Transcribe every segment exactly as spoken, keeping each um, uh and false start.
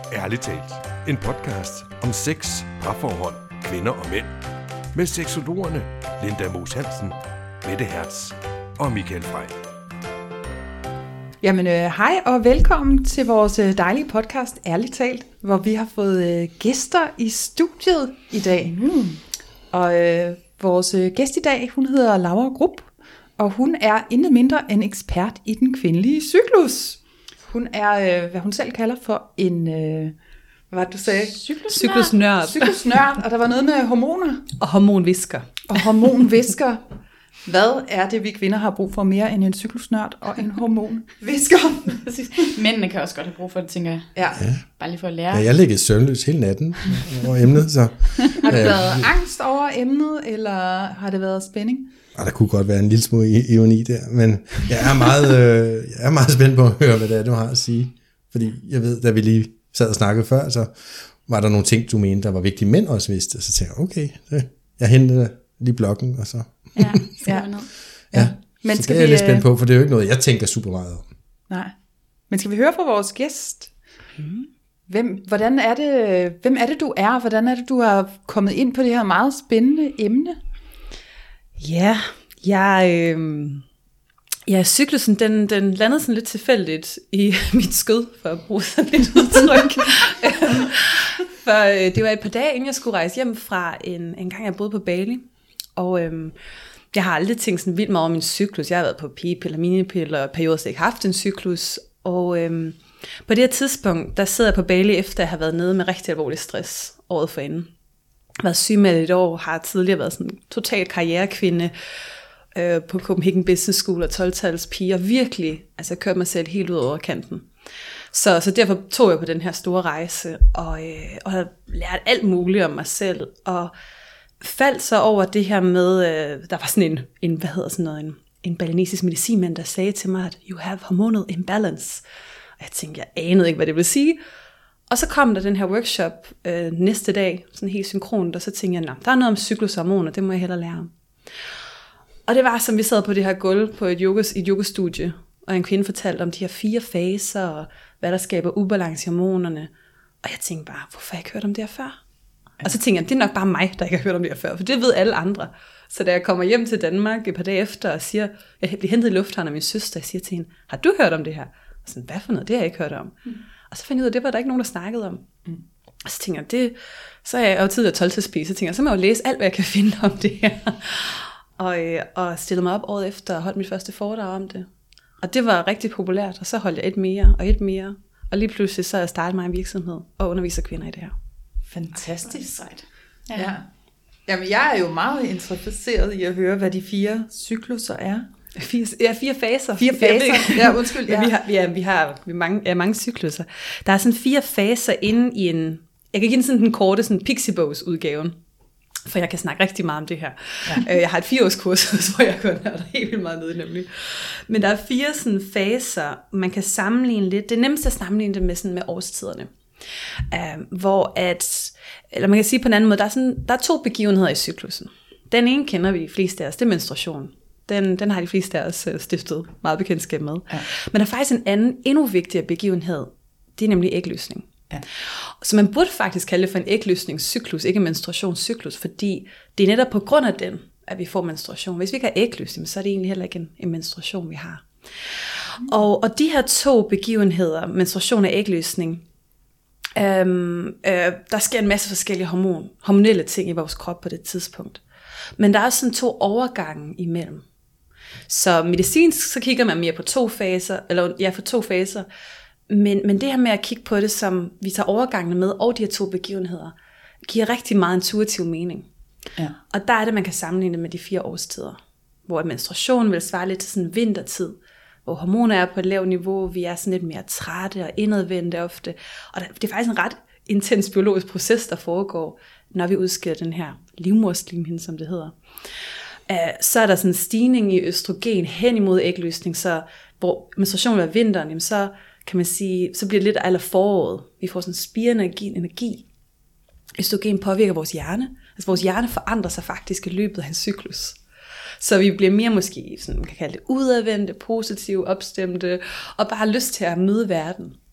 Ærligt talt. En podcast om sex, parforhold, kvinder og mænd. Med seksologerne Linda Moos Hansen, Mette Hertz og Michael Frey. Jamen, øh, hej og velkommen til vores øh, dejlige podcast Ærligt talt, hvor vi har fået øh, gæster i studiet i dag. Mm. Og øh, vores øh, gæst i dag, hun hedder Laura Grupp, og hun er intet mindre end ekspert i den kvindelige cyklus. Hun er, øh, hvad hun selv kalder for en, øh, hvad var det, du sagde? Cyklusnørd. Cyklusnørd, og der var noget med hormoner. Og hormonvisker. Og hormonvisker. Hvad er det, vi kvinder har brug for mere end en cyklusnørd og en hormonvisker? Mændene kan også godt have brug for det, tænker jeg. Ja. Ja. Bare lige for at lære. Ja, jeg ligger søvnløs hele natten over emnet, så... Har det været angst over emnet, eller har det været spænding? Og der kunne godt være en lille smule ironi der, men jeg er meget, øh, jeg er meget spændt på at høre, hvad det er, du har at sige. Fordi jeg ved, da vi lige sad og snakkede før, så var der nogle ting, du mente, der var vigtige, mænd også vidste. Så tænkte jeg, okay, det, jeg hentede lige bloggen, og så... Ja, ja. ned. Ja, Men så skal det er jeg vi, lidt spændt på, for det er jo ikke noget, jeg tænker super meget om. Nej. Men skal vi høre fra vores gæst? Hvem, hvordan er det, hvem er det, du er? Hvordan er det, du har kommet ind på det her meget spændende emne? Ja, jeg, øh, ja, cyklusen, den, den landede sådan lidt tilfældigt i mit skød, for at bruge sådan lidt udtryk. For øh, det var et par dage, inden jeg skulle rejse hjem fra en, en gang, jeg boede på Bali. Og øh, jeg har aldrig tænkt sådan vildt meget over min cyklus. Jeg har været på p-piller, minipiller, og perioder, så jeg ikke haft en cyklus. Og øh, på det her tidspunkt, der sidder jeg på Bali, efter jeg har været nede med rigtig alvorlig stress året forinden. Jeg har været sygemeldt et år, har tidligere været sådan en total karrierekvinde øh, på Copenhagen Business School og tolv-tals piger. Virkelig, altså jeg kørte mig selv helt ud over kanten. Så, så derfor tog jeg på den her store rejse, og, øh, og har lært alt muligt om mig selv, og faldt så over det her med, øh, der var sådan en, en hvad hedder sådan noget, en, en balinesisk medicinmand, der sagde til mig, at you have hormonal imbalance. Og jeg tænkte, jeg anede ikke, hvad det ville sige. Og så kom der den her workshop øh, næste dag, sådan helt synkront, og så tænkte jeg, nej, der er noget om cyklushormoner, det må jeg hellere lære om. Og det var, som vi sad på det her gulv på et, yoga, et yogastudie, og en kvinde fortalte om de her fire faser, og hvad der skaber ubalance i hormonerne. Og jeg tænkte bare, hvorfor har jeg ikke hørt om det her før? Og så tænkte jeg, det er nok bare mig, der ikke har hørt om det her før, for det ved alle andre. Så da jeg kommer hjem til Danmark et par dage efter, og siger, jeg bliver hentet i lufthavnen af min søster, og siger til hende, har du hørt om det her? Og sådan, hvad for noget? Det har jeg ikke hørt om. Mm. Og så fandt jeg ud af, at det var der ikke nogen, der snakkede om. Mm. Og så tænker jeg, det, så er jeg jo tidligere tolv til at spise, så tænker jeg, så må jeg jo læse alt, hvad jeg kan finde om det her. Og, og stillede mig op året efter og holdt mit første foredrag om det. Og det var rigtig populært, og så holdt jeg et mere og et mere. Og lige pludselig så jeg startet mig en virksomhed og underviser kvinder i det her. Fantastisk. Sejt. Ja. Ja. Jamen, jeg er jo meget interesseret i at høre, hvad de fire cykluser er. Fire, ja, fire faser. Fire faser, ja, undskyld. Ja. Ja, vi har, ja, vi har vi mange, ja, mange cykluser. Der er sådan fire faser inde i en, jeg kan give den sådan den korte, sådan Pixiebogs udgaven, for jeg kan snakke rigtig meget om det her. Ja. Jeg har et fireårskursus, hvor jeg kun er der helt vildt meget nede, nemlig. Men der er fire sådan faser, man kan sammenligne lidt. Det er nemmest at sammenligne det med, sådan med årstiderne. Uh, hvor at, eller man kan sige på en anden måde, der er, sådan, der er to begivenheder i cyklusen. Den ene kender vi de fleste af os, det er menstruation. Den, den har de fleste af os stiftet meget bekendtskab med. Ja. Men der er faktisk en anden, endnu vigtigere begivenhed. Det er nemlig ægløsning. Ja. Så man burde faktisk kalde det for en ægløsningscyklus, ikke en menstruationscyklus, fordi det er netop på grund af den, at vi får menstruation. Hvis vi ikke har ægløsning, så er det egentlig heller ikke en, en menstruation, vi har. Mm. Og, og de her to begivenheder, menstruation og ægløsning, øhm, øh, der sker en masse forskellige hormon, hormonelle ting i vores krop på det tidspunkt. Men der er også sådan to overgange imellem. Så medicinsk, så kigger man mere på to faser, eller ja, for to faser, men, men det her med at kigge på det, som vi tager overgangene med, og de her to begivenheder, giver rigtig meget intuitiv mening. Ja. Og der er det, man kan sammenligne det med de fire årstider, hvor menstruation vil svare lidt til sådan vintertid, hvor hormoner er på et lavt niveau, vi er sådan lidt mere trætte og indadvendte ofte, og det er faktisk en ret intens biologisk proces, der foregår, når vi udskiller den her livmorslimhinde, som det hedder. Så er der sådan en stigning i østrogen hen imod ægløsning, så hvor menstruation er vinteren, jamen så kan man sige, så bliver det lidt aller foråret. Vi får sådan spirende energi, energi. Østrogen påvirker vores hjerne. Altså vores hjerne forandrer sig faktisk i løbet af en cyklus. Så vi bliver mere måske, sådan, man kan kalde det udadvendte, positive, opstemte, og bare har lyst til at møde verden.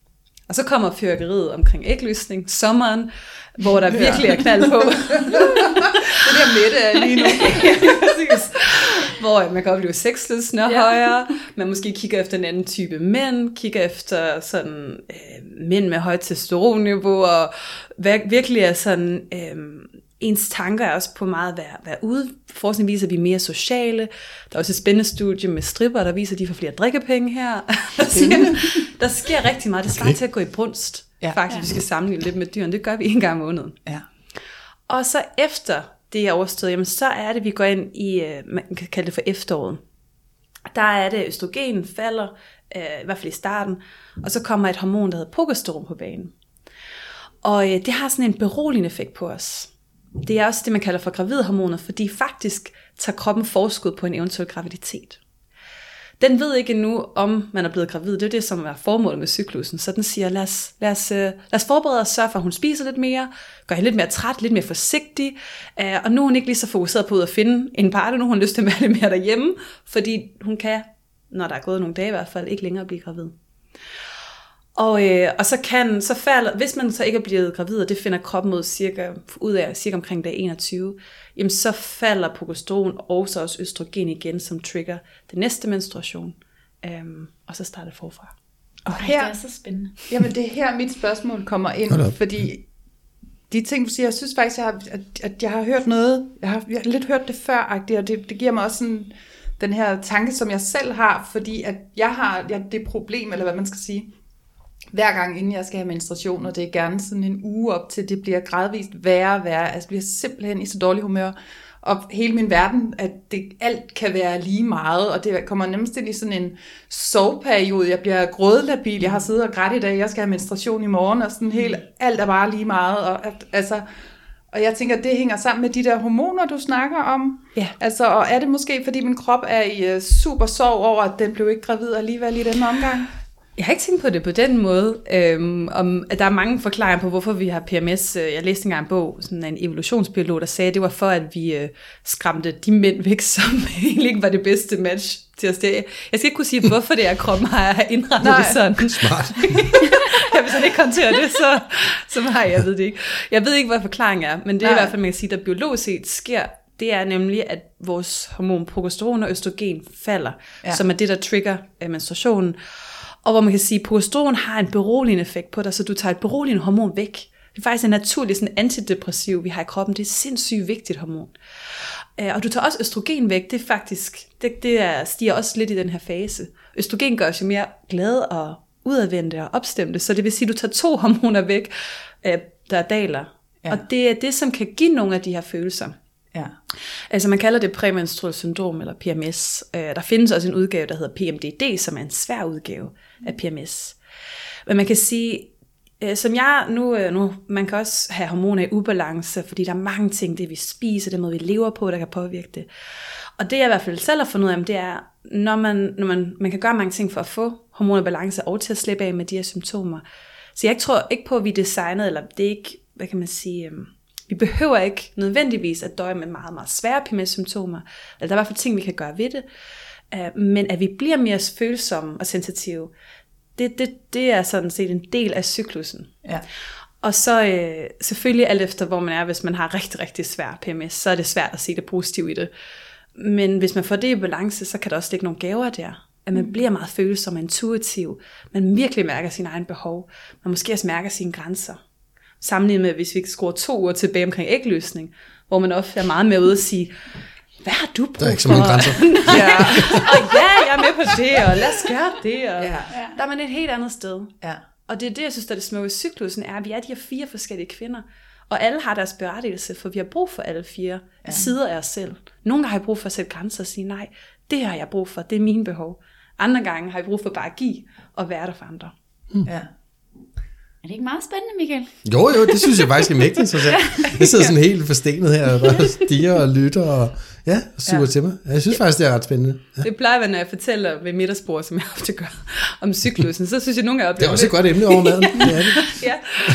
Og så kommer fyrværkeriet omkring ægløsning, sommeren, hvor der virkelig er knald på. Det der Mette er lige nu. Ja, præcis. Hvor man kan opleve sexlysten er højere, man måske kigger efter en anden type mænd, kigger efter sådan øh, mænd med højt testosteronniveau, og virkelig er sådan, øh, ens tanker er også på meget at være, være ude. Forskning viser, at vi er mere sociale. Der er også et spændende studie med stripper, der viser, at de får flere drikkepenge her. Der, siger, der sker rigtig meget. Det svarer okay. til at gå i brunst. Ja. Faktisk, ja. Vi skal sammenligne lidt med dyrene. Det gør vi en gang om måneden. Ja. Og så efter det er overstået, jamen så er det, vi går ind i, man kan kalde det for efteråret. Der er det, østrogen falder, i hvert fald i starten, og så kommer et hormon, der hedder progesteron på banen. Og det har sådan en beroligende effekt på os. Det er også det, man kalder for gravidhormoner, fordi faktisk tager kroppen forskud på en eventuel graviditet. Den ved ikke endnu, om man er blevet gravid. Det er det, som er formålet med cyklusen. Så den siger, lad os, lad os, lad os forberede os, sørge for, at hun spiser lidt mere, gør hende lidt mere træt, lidt mere forsigtig, og nu er hun ikke lige så fokuseret på at finde en partner, nu har hun lyst til at være lidt mere derhjemme, fordi hun kan, når der er gået nogle dage i hvert fald, ikke længere blive gravid. Og, øh, og så kan, så falder, hvis man så ikke er blevet gravid, og det finder kroppen ud, cirka, ud af cirka omkring dag enogtyve, jamen så falder progesteron og så også østrogen igen, som trigger den næste menstruation. Øhm, og så starter det forfra. Og her, det er så spændende. Jamen det er her, mit spørgsmål kommer ind, fordi de ting, du siger, jeg synes faktisk, jeg har, at, at jeg har hørt noget, jeg har, jeg har lidt hørt det før, og det, det giver mig også sådan, den her tanke, som jeg selv har, fordi at jeg har jeg, det problem, eller hvad man skal sige, hver gang inden jeg skal have menstruation, og det er gerne sådan en uge op til, det bliver gradvist værre og værre, altså jeg bliver simpelthen i så dårlig humør, og hele min verden, at det, alt kan være lige meget, og det kommer nemmest ind i sådan en soveperiode, jeg bliver grådlabil, jeg har siddet og grædt i dag, jeg skal have menstruation i morgen, og sådan helt, alt er bare lige meget, og at, altså, og jeg tænker, det hænger sammen med de der hormoner, du snakker om. Ja. Altså, og er det måske, fordi min krop er i uh, super sorg over, at den blev ikke gravid alligevel i den omgang? Jeg har ikke tænkt på det på den måde, øhm, om, at der er mange forklaringer på, hvorfor vi har P M S. Jeg læste engang en bog, sådan en evolutionsbiolog, der sagde, at det var for, at vi øh, skræmte de mænd væk, som egentlig ikke var det bedste match til os. Jeg skal ikke kunne sige, hvorfor det er, at kroppen har indrettet Nej. det sådan. Smart. Ja, hvis han ikke håndterer det, så, så har jeg ved det ikke. Jeg ved ikke, hvad forklaringen er, men det er Nej. i hvert fald, man kan sige, der biologisk set sker, det er nemlig, at vores hormon progesteron og østrogen falder, ja. som er det, der trigger øh, menstruationen. Og hvor man kan sige, at progesteron har en beroligende effekt på dig, så du tager et beroligende hormon væk. Det er faktisk en naturlig sådan antidepressiv, vi har i kroppen. Det er et sindssygt vigtigt hormon. Og du tager også østrogen væk. Det er faktisk, det, det er, stiger også lidt i den her fase. Østrogen gør os jo mere glade og udadvendte og opstemte. Så det vil sige, at du tager to hormoner væk, der daler. Ja. Og det er det, som kan give nogle af de her følelser. Ja. Altså man kalder det præmenstruelt syndrom eller P M S. Der findes også en udgave, der hedder P M D D, som er en svær udgave af P M S. Men man kan sige, som jeg nu, nu, man kan også have hormoner i ubalance, fordi der er mange ting, det vi spiser, det måde vi lever på, der kan påvirke det. Og det jeg i hvert fald selv har fundet ud af, det er, når man, når man, man kan gøre mange ting for at få hormoner i balance og til at slippe af med de her symptomer. Så jeg tror ikke på, at vi er designet, eller det er ikke, hvad kan man sige... Vi behøver ikke nødvendigvis at døje med meget, meget svære P M S-symptomer. Eller der er i hvert fald ting, vi kan gøre ved det. Men at vi bliver mere følsomme og sensitive, det, det, det er sådan set en del af cyklusen. Ja. Og så øh, selvfølgelig alt efter, hvor man er, hvis man har rigtig, rigtig svær P M S, så er det svært at se det positive i det. Men hvis man får det i balance, så kan der også ligge nogle gaver der. At man bliver meget følsom og intuitiv. Man virkelig mærker sine egne behov. Man måske også mærker sine grænser. Sammenlignet med, hvis vi skruer to uger tilbage omkring ægløsning, hvor man ofte er meget mere ude at sige, hvad har du brug for? Der er ikke så mange grænser. ja. Og ja, jeg er med på det, og lad os gøre det. Og ja. Der er man et helt andet sted. Ja. Og det er det, jeg synes, der er det smukke i cyklusen, er, at vi er de her fire forskellige kvinder. Og alle har deres berettigelse, for vi har brug for alle fire ja. sider af os selv. Nogle gange har jeg brug for at sætte grænser og sige, nej, det har jeg brug for, det er mine behov. Andre gange har jeg brug for bare at give og være der for andre. Hmm. Ja. Er det ikke meget spændende, Michael? Jo, jo, det synes jeg faktisk er mægtigt. Så jeg sidder sådan helt forstenet her, og bare stiger og lytter, og ja, suger ja. til mig. Jeg synes faktisk, det er ret spændende. Ja. Det plejer jeg, når jeg fortæller ved middagsbord, som jeg ofte gør, om cyklusen, så synes jeg nogle gange... Det er også et godt emne over maden. Det er det.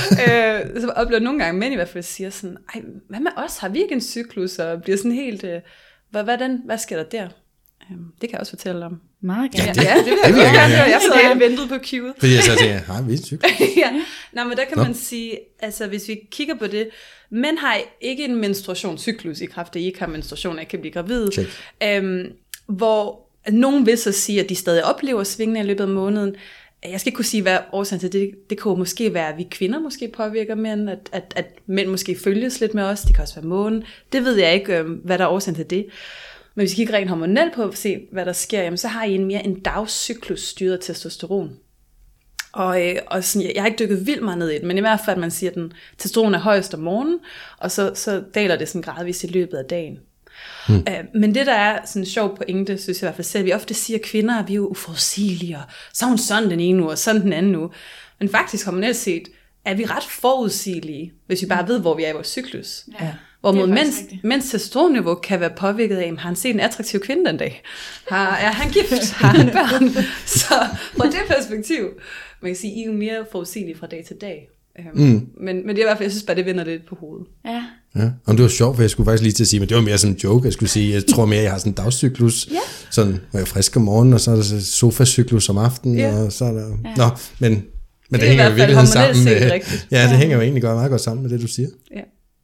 ja, øh, så oplever nogle gange mænd i hvert fald siger sådan, ej, hvad med os? Har vi ikke en cyklus? Og bliver sådan helt, øh, hvad, hvad, den, hvad sker der der? Det kan jeg også fortælle om. Meget gerne. Ja, det, Ja, det vil jeg, det vil jeg gerne gerne høre. høre. Jeg sidder og ventet på Q'et. Fordi jeg så tænker, har vi en cyklus? Ja. Nå, men der kan Nå. man sige, altså hvis vi kigger på det, mænd har ikke en menstruationscyklus i kraft af, at I ikke har menstruation, at kan blive gravid. Check. Øhm, hvor nogen vil så sige, at de stadig oplever svingene i løbet af måneden. Jeg skal ikke kunne sige, hvad årsagen til det. Det kan jo måske være, at vi kvinder måske påvirker mænd, at, at, at mænd måske følges lidt med os. Det kan også være månen. Det ved jeg ikke, hvad der er årsagen til det. Men hvis vi kigger rent hormonelt på at se, hvad der sker, jamen, så har I en mere en dagscyklus styret af testosteron. Og, øh, og sådan, jeg, jeg har ikke dykket vildt meget ned i det, men i hvert fald, man siger, at den testosteron er højest om morgenen, og så, så daler det sådan gradvist i løbet af dagen. Hmm. Øh, men det, der er sådan en sjov pointe, synes jeg i hvert fald selv, vi ofte siger, at kvinder er vi jo uforudsigelige, og så er hun sådan den ene uge, og sådan den anden uge. Men faktisk hormonelt set, er vi ret forudsigelige, hvis vi bare ved, hvor vi er i vores cyklus. Ja. Hvor Det er mod faktisk mænds, rigtigt. mænds testosteronniveau kan være påvirket af, har han set en attraktiv kvinde den dag? Har, er han gift? Har han børn? Så fra det perspektiv, man kan sige, I er jo mere forudsigelige fra dag til dag. Um, mm. men, men det er i hvert fald, jeg synes bare, det vender lidt på hovedet. Ja. Ja, og det var sjovt, for jeg skulle faktisk lige til at sige, men det var mere sådan en joke, jeg skulle sige, jeg tror mere, jeg har sådan en dagscyklus, Ja. sådan, hvor jeg er frisk om morgenen, og så er der så sofacyklus om aftenen, Ja. og så er der, Ja. nå, men, men det, er i hænger jo hvert i fald virkeligheden hormonelt sammen set med, rigtigt. ja, det Ja. hænger jo egentlig godt, meget godt sammen med det, du siger. Ja.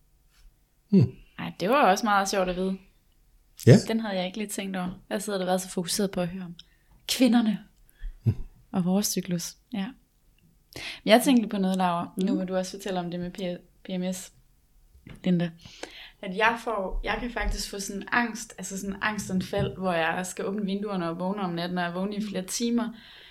Ej, det var også meget sjovt at vide. Ja, Den havde jeg ikke lige tænkt over. Jeg sidder og været så fokuseret på at høre om kvinderne og vores cyklus. Ja. Men jeg tænkte på noget, Laura. Mm. Nu vil du også fortælle om det med P M S, Linda. At jeg får, jeg kan faktisk få sådan angst, altså sådan angstanfald, hvor jeg skal åbne vinduerne og vågne om natten, og jeg vågner i flere timer.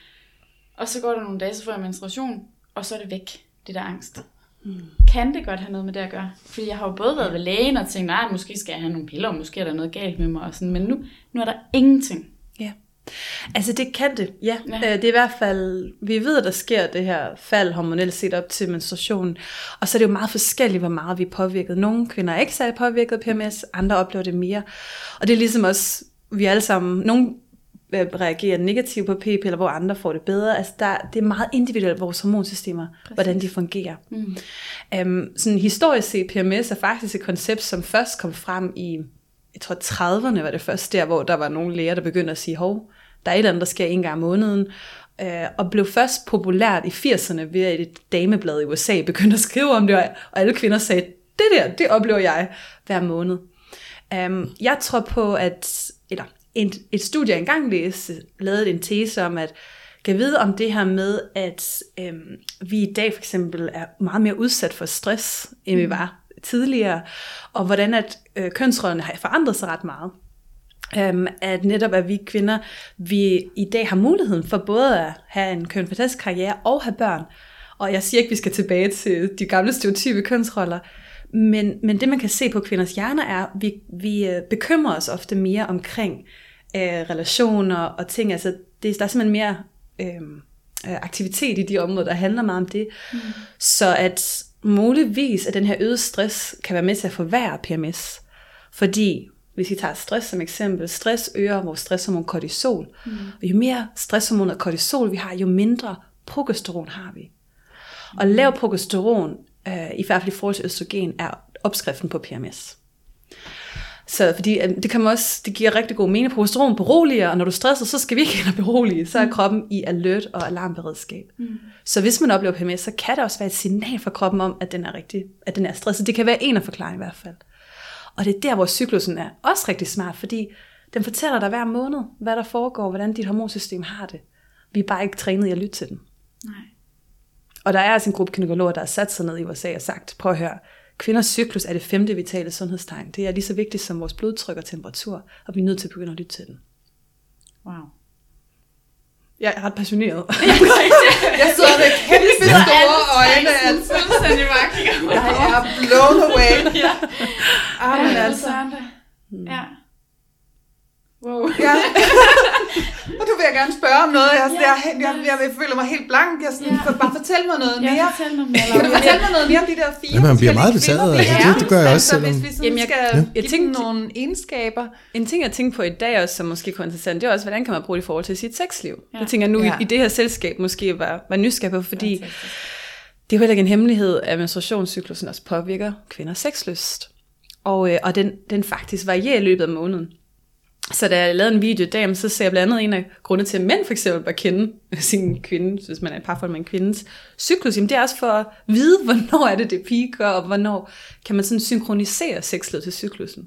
Og så går der nogle dage, så får jeg menstruation, og så er det væk, det der angst. Mm. Kan det godt have noget med det at gøre? Fordi jeg har jo både været ved lægen og tænkt, nej, måske skal jeg have nogle piller, og måske er der noget galt med mig, og sådan, men nu, nu er der ingenting. Ja. Altså det kan det, ja. Ja. ja. Det er i hvert fald, vi ved, at der sker det her fald hormonelt set op til menstruationen. Og så er det jo meget forskelligt, hvor meget vi er påvirket. Nogle kvinder er ikke særlig påvirket af P M S, andre oplever det mere. Og det er ligesom også, vi alle sammen, nogle reagerer negativt på p-piller, hvor andre får det bedre. Altså der, det er meget individuelt, vores hormonsystemer, præcis, hvordan de fungerer. Mm. Um, sådan historisk set, P M S er faktisk et koncept, som først kom frem i, jeg tror trediverne var det først der, hvor der var nogle læger, der begyndte at sige, hov, der er et eller andet, der sker en gang om måneden, uh, og blev først populært i firserne ved, at et dameblad i U S A begyndte at skrive om det, og alle kvinder sagde, det der, det oplever jeg hver måned. Um, jeg tror på, at, eller et, et studie, jeg engang læste, lavede en tese om, at kan vide om det her med, at øhm, vi i dag for eksempel er meget mere udsat for stress, end vi var tidligere, og hvordan at øh, kønsrollerne har forandret sig ret meget. Øhm, at netop at vi kvinder, vi i dag har muligheden for både at have en køn fantastisk karriere og have børn. Og jeg siger ikke, at vi skal tilbage til de gamle stereotype kønsroller, men, men det man kan se på kvinders hjerner er, at vi, vi øh, bekymrer os ofte mere omkring øh, relationer og ting. Altså det, der er simpelthen mere øh, aktivitet i de områder, der handler meget om det. Mm. Så at muligvis at den her øgede stress kan være med til at forværre P M S. Fordi hvis vi tager stress som eksempel, stress øger vores stresshormon kortisol. Mm. Og jo mere stresshormon og kortisol vi har, jo mindre progesteron har vi. Og lav progesteron, øh, i hvert fald i forhold til østrogen, er opskriften på P M S. Så fordi øh, det kan man også, det giver rigtig god mening. Progesteron beroliger, og når du stresser, så skal vi ikke ind og berolige. Så er kroppen i alert og alarmberedskab. Mm. Så hvis man oplever P M S, så kan det også være et signal fra kroppen om, at den er rigtig, at den er stresset. Det kan være en af forklaringen i hvert fald. Og det er der, hvor cyklusen er også rigtig smart, fordi den fortæller dig hver måned, hvad der foregår, hvordan dit hormonsystem har det. Vi er bare ikke trænet i at lytte til den. Nej. Og der er altså en gruppe gynækologer, der har sat sig ned i U S A og sagt, prøv at høre, kvinders cyklus er det femte vitale sundhedstegn. Det er lige så vigtigt som vores blodtryk og temperatur, og vi er nødt til at begynde at lytte til den. Wow. Jeg er ret passioneret. Jeg sidder med kæmpe store øjne, altså. Fuldstændig bare kigger på. Jeg er blown away. Ja. Ah, men Ja, altså. Ja. Wow. Ja. Og du vil jeg gerne spørge om noget. Jeg, jeg, jeg, jeg, jeg, jeg føler mig helt blank. Jeg sådan, Ja. for, bare fortæl mig noget Ja, mere. fortæl mig mere. Kan du fortælle mig noget mere om de der fire? Ja, man bliver forskellige meget kvinder, betaget, vi altså, er? det- det gør jeg også, Altså, selvom- hvis vi sådan Jamen, jeg- skal ja. give Jeg dem tænkte- nogle egenskaber. En ting, jeg tænker på i dag også, som måske kunne være interessant, det er også, hvordan kan man bruge det i forhold til sit sexliv? Ja. Det tænker jeg nu Ja. i, i det her selskab måske var, var nysgerrig på, fordi Fantastisk. det er jo heller ikke en hemmelighed, at menstruationscyklusen også påvirker kvinders sexlyst. Og, øh, og den, den faktisk varierer i løbet af måneden. Så da jeg lavede en video i dag, så ser jeg blandt andet en af grunde til, at mænd for eksempel bør kende sin kvinde, hvis man er et parforhold med en kvindes cyklus, jamen det er også for at vide, hvornår er det, det piker, og hvornår kan man sådan synkronisere sexlivet til cyklusen.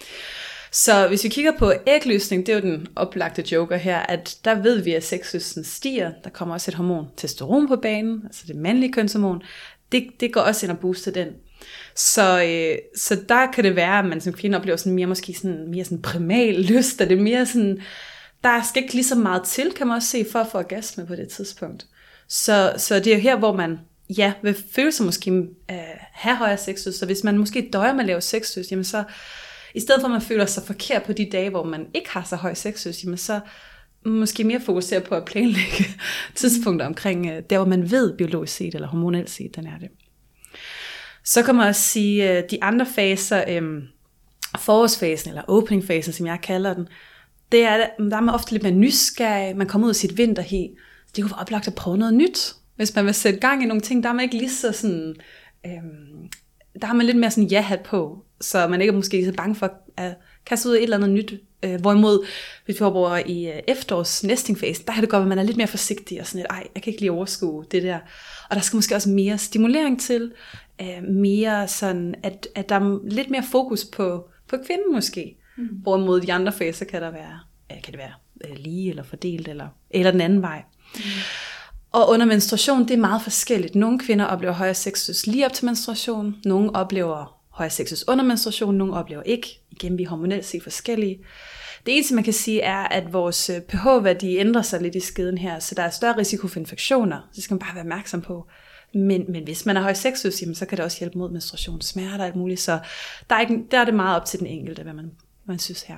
Så hvis vi kigger på ægløsning, det er jo den oplagte joker her, at der ved vi, at sexlysten stiger. Der kommer også et hormon, testosteron, på banen, altså det mandlige kønshormon. Det, det går også ind og booster den. Så, øh, så der kan det være, at man som kvinde oplever sådan mere, måske sådan, mere sådan primal lyst, og det er mere sådan, der skal ikke lige så meget til, kan man også se, for at få orgasme på det tidspunkt. Så, så det er jo her, hvor man, ja, vil føle sig måske øh, have højere sexlyst, så hvis man måske døjer med at lave sexlyst, jamen så, i stedet for at man føler sig forkert på de dage, hvor man ikke har så høj sexlyst, jamen så måske mere fokusere på at planlægge tidspunkter omkring øh, der, hvor man ved biologisk set, eller hormonelt set, den er det. Så kan man også sige, at de andre faser, øhm, forårsfasen eller openingfasen, som jeg kalder den, det er, der er man ofte lidt mere nysgerrig, man kommer ud af sit vinterhi. Det kunne være oplagt at prøve noget nyt. Hvis man vil sætte gang i nogle ting, der er man ikke lige så sådan, øhm, der har man lidt mere sådan ja-hat på, så man ikke er måske så bange for at kaste ud af et eller andet nyt. Øh, hvorimod, hvis vi hopper i øh, efterårs nestingfasen, der kan det godt være, at man er lidt mere forsigtig og sådan lidt, ej, jeg kan ikke lige overskue det der. Og der skal måske også mere stimulering til, øh, mere sådan, at, at der er lidt mere fokus på, på kvinden måske. Mm. Hvorimod de andre faser kan der være, øh, kan det være øh, lige eller fordelt, eller, eller den anden vej. Mm. Og under menstruation, det er meget forskelligt. Nogle kvinder oplever højere sexlyst lige op til menstruation, nogle oplever højere sexlyst under menstruation, nogle oplever ikke. Igen, vi er hormonelt set forskellige. Det eneste, man kan sige, er, at vores pH-værdi ændrer sig lidt i skeden her, så der er større risiko for infektioner. Så det skal man bare være opmærksom på. Men, men hvis man har høj sexlyst, så kan det også hjælpe mod menstruation, smerter og alt muligt. Så der er, ikke, der er det meget op til den enkelte, hvad man, man synes her.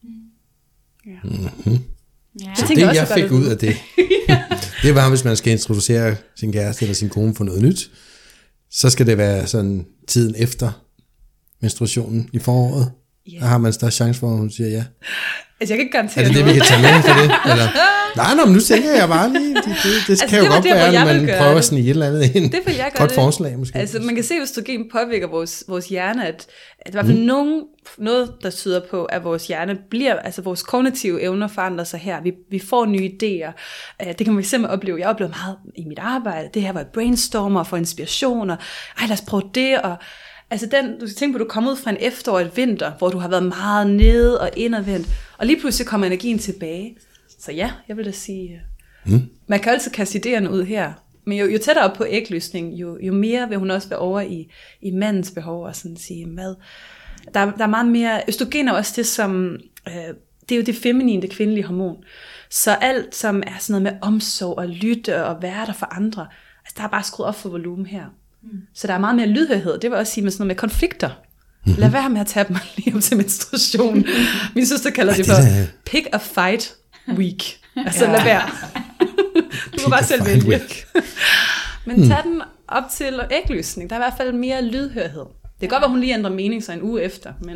Ja. Mm-hmm. Ja. Så det, jeg, jeg fik ud af det, det var, hvis man skal introducere sin kæreste eller sin kone for noget nyt, så skal det være sådan tiden efter menstruationen i foråret. Yeah. Der har man større chance for, at hun siger ja. Altså, jeg kan ikke garantere Er det det, vi kan tage med for det? Eller? Nej, nej, men nu tænker jeg bare lige, det, det, det altså, kan det jo godt det, være, når man prøver det. Sådan i et eller andet ind. Det vil jeg godt forslag måske. Altså, man kan se, at østrogen påvirker vores, vores hjerne, at, at der er i hvert fald mm. nogen, noget, der tyder på, at vores hjerne bliver, altså vores kognitive evner forandrer sig her. Vi, vi får nye idéer. Det kan man fx opleve. Jeg oplever meget i mit arbejde. Det her var et brainstormer for inspiration, og ej, lad os prøve det, og altså den, du skal tænke på, at du kommer ud fra en efterår og et vinter, hvor du har været meget nede og indadvendt, og lige pludselig kommer energien tilbage. Så ja, jeg vil da sige, mm. man kan altid kaste idéerne ud her, men jo, jo tættere op på ægløsning, jo, jo mere vil hun også være over i, i mandens behov, og sådan sige, hvad. Der, der er meget mere, østrogen er også det, som, øh, det er jo det feminine, det kvindelige hormon. Så alt, som er sådan noget med omsorg og lytte og være der for andre, altså der er bare skruet op for volumen her. Mm. Så der er meget mere lydhørhed. Det vil også sige med sådan noget med konflikter. Mm-hmm. Lad være med at tage dem lige op til menstruation. Min søster kalder Ej, det for det pick a fight week. Altså ja. Lad være. Du må bare selv vælge. Men tag den op til ægløsning. Der er i hvert fald mere lydhørhed. Det kan godt være, hun lige ændrer mening så en uge efter, men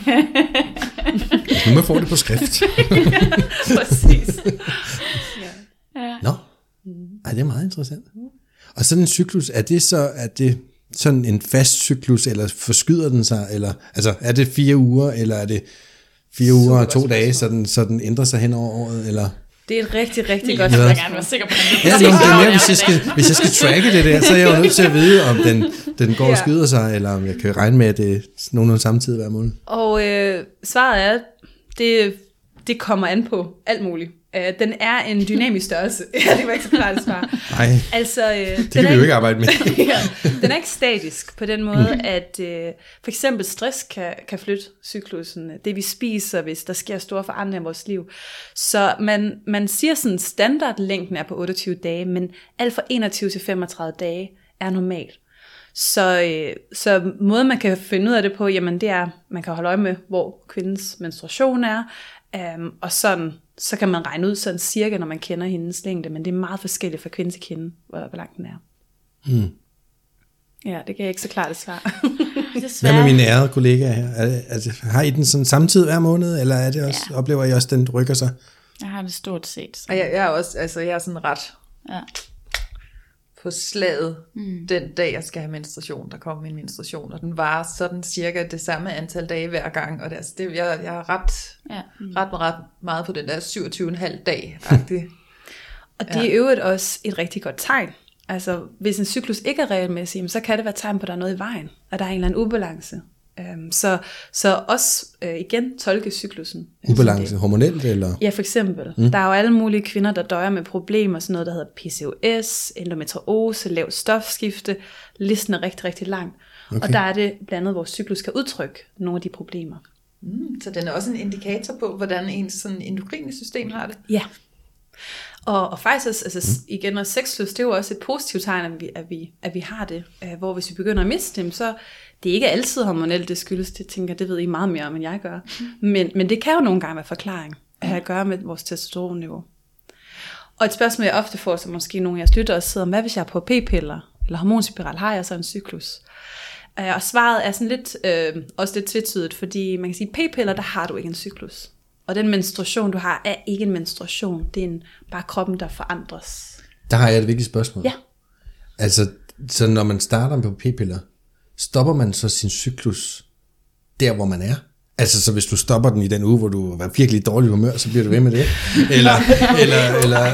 nu må få det på skrift. Ja, præcis. Ja. Nå, Ej, det er meget interessant. Og sådan en cyklus, er det så er det sådan en fast cyklus, eller forskyder den sig, eller altså er det fire uger, eller er det fire uger og to dage, så den, så den ændrer sig hen over året, eller? Det er et rigtig, rigtig godt spørgsmål. Jeg vil gerne være sikker på det. Ja, det er mere, hvis jeg, skal, hvis jeg skal tracke det der, så er jeg jo nødt til at vide, om den, den går og skyder sig, eller om jeg kan regne med, at det er nogenlunde samtidig hver måned. Og øh, svaret er, det, det kommer an på alt muligt. Uh, den er en dynamisk størrelse. Ja, det var ikke så klart at svare. Nej, altså, uh, det kan vi jo ikke arbejde med. Ja, den er ikke statisk på den måde, mm. at uh, for eksempel stress kan, kan flytte cyklusen. Det vi spiser, hvis der sker store forandringer i vores liv. Så man, man siger sådan, standardlængden er på otteogtyve dage, men alt fra enogtyve til femogtredive dage er normalt. Så, uh, så måden man kan finde ud af det på, jamen det er, man kan holde øje med, hvor kvindens menstruation er, um, og sådan så kan man regne ud sådan cirka, når man kender hendes længde, men det er meget forskelligt fra kvinde til kvinde, hvor, hvor langt den er. Mm. Ja, det kan jeg ikke så klart at svare. Hvad med mine ærede kollegaer her? Er det, altså, har I den sådan samtidig hver måned, eller er det også, ja. Oplever I også, den rykker sig? Jeg har det stort set. Og jeg, jeg er også, altså jeg er sådan ret, ja. på slaget mm. den dag, jeg skal have menstruation, der kommer min menstruation, og den varer sådan cirka det samme antal dage hver gang, og det, altså, det, jeg, jeg er ret, ja. mm. ret, ret meget på den der syvogtyve komma fem dag. Og det er i øvrigt også et rigtig godt tegn. Altså, hvis en cyklus ikke er regelmæssig, så kan det være tegn på, at der er noget i vejen, at der er en eller anden ubalance. Um, så, så også uh, igen tolke cyklusen. Ubalance hormonelt eller? Ja, for eksempel. Mm. Der er jo alle mulige kvinder, der døjer med problemer, sådan noget, der hedder P C O S, endometriose, lavt stofskifte. Listen er rigtig, rigtig lang. Okay. Og der er det blandt andet, hvor cyklus kan udtrykke nogle af de problemer. Mm, så den er også en indikator på, hvordan ens sådan endokrine system har det? Ja. Og, og faktisk også, altså mm. igen, og sexlyst, det er jo også et positivt tegn, at vi, at vi, at vi har det. Uh, hvor hvis vi begynder at miste dem, så det er ikke altid hormonelt, det skyldes, det tænker det ved I meget mere om, end jeg gør. Mm. Men, men det kan jo nogle gange være forklaring, at have at gøre med vores testosteronniveau. Og et spørgsmål, jeg ofte får, som måske nogle af jeres lyttere sidder, hvad hvis jeg er på p-piller, eller hormonspiral, har jeg så en cyklus? Uh, og svaret er sådan lidt, øh, også lidt tvetydigt, fordi man kan sige, p-piller, der har du ikke en cyklus. Og den menstruation, du har, er ikke en menstruation. Det er en, bare kroppen, der forandres. Der har jeg et vigtigt spørgsmål. Ja. Altså, så når man starter på p-piller, stopper man så sin cyklus der, hvor man er? Altså, så hvis du stopper den i den uge, hvor du var virkelig dårlig humør, så bliver du ved med det? Eller, eller, eller,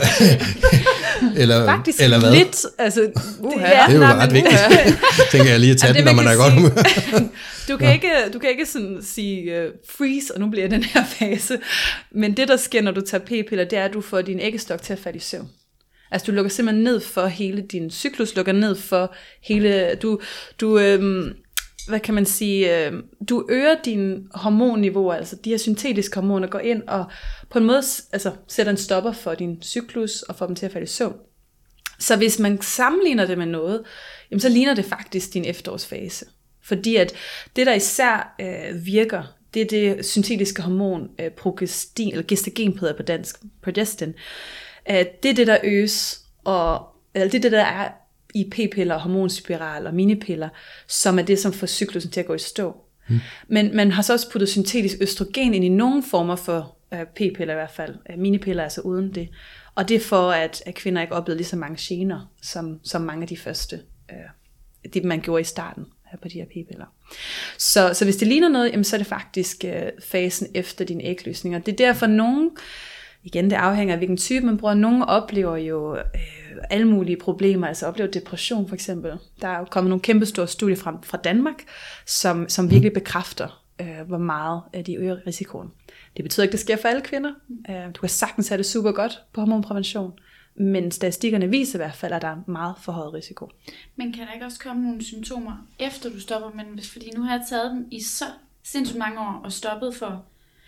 eller, Faktisk eller hvad? lidt. Altså, det, uh-huh. ja, det er jo nej, ret men, vigtigt, tænker jeg lige at tage den, når man er i godt humør. Du kan, ikke, du kan ikke sådan sige uh, freeze, og nu bliver den her fase. Men det, der sker, når du tager p-piller, det er, at du får din æggestok til at falde i søvn. Altså, du lukker simpelthen ned for hele din cyklus, lukker ned for hele... Du, du øhm, hvad kan man sige? Øh, du øger dine hormonniveauer, altså de her syntetiske hormoner går ind og på en måde altså, sætter en stopper for din cyklus og får dem til at falde i søvn. Så hvis man sammenligner det med noget, jamen, så ligner det faktisk din efterårsfase. Fordi at det, der især øh, virker, det er det syntetiske hormon, øh, progestin, eller gestagen på dansk, progestin. Øh, det er det, der øges, og eller det er det, der er i p-piller, hormonspiral og minipiller, som er det, som får cyklusen til at gå i stå. Mm. Men man har så også puttet syntetisk østrogen ind i nogle former for øh, p-piller i hvert fald. Øh, minipiller er altså uden det. Og det er for, at, at kvinder ikke oplever lige så mange gener, som, som mange af de første, øh, det man gjorde i starten her på de her p-piller. Så, så hvis det ligner noget, jamen, så er det faktisk øh, fasen efter din ægløsning. Og det er derfor nogen, igen det afhænger af hvilken type man bruger, nogen oplever jo øh, alle mulige problemer, altså oplever depression for eksempel. Der er jo kommet nogle kæmpe store studier fra, fra Danmark, som, som virkelig bekræfter, øh, hvor meget øh, de øger risikoen. Det betyder ikke, at det sker for alle kvinder. Øh, du kan sagtens have det super godt på hormonprævention, men statistikkerne viser i hvert fald, at der er meget forhøjet risiko. Men kan der ikke også komme nogle symptomer, efter du stopper? Men hvis, fordi nu har jeg taget dem i så sindssygt mange år, og stoppet for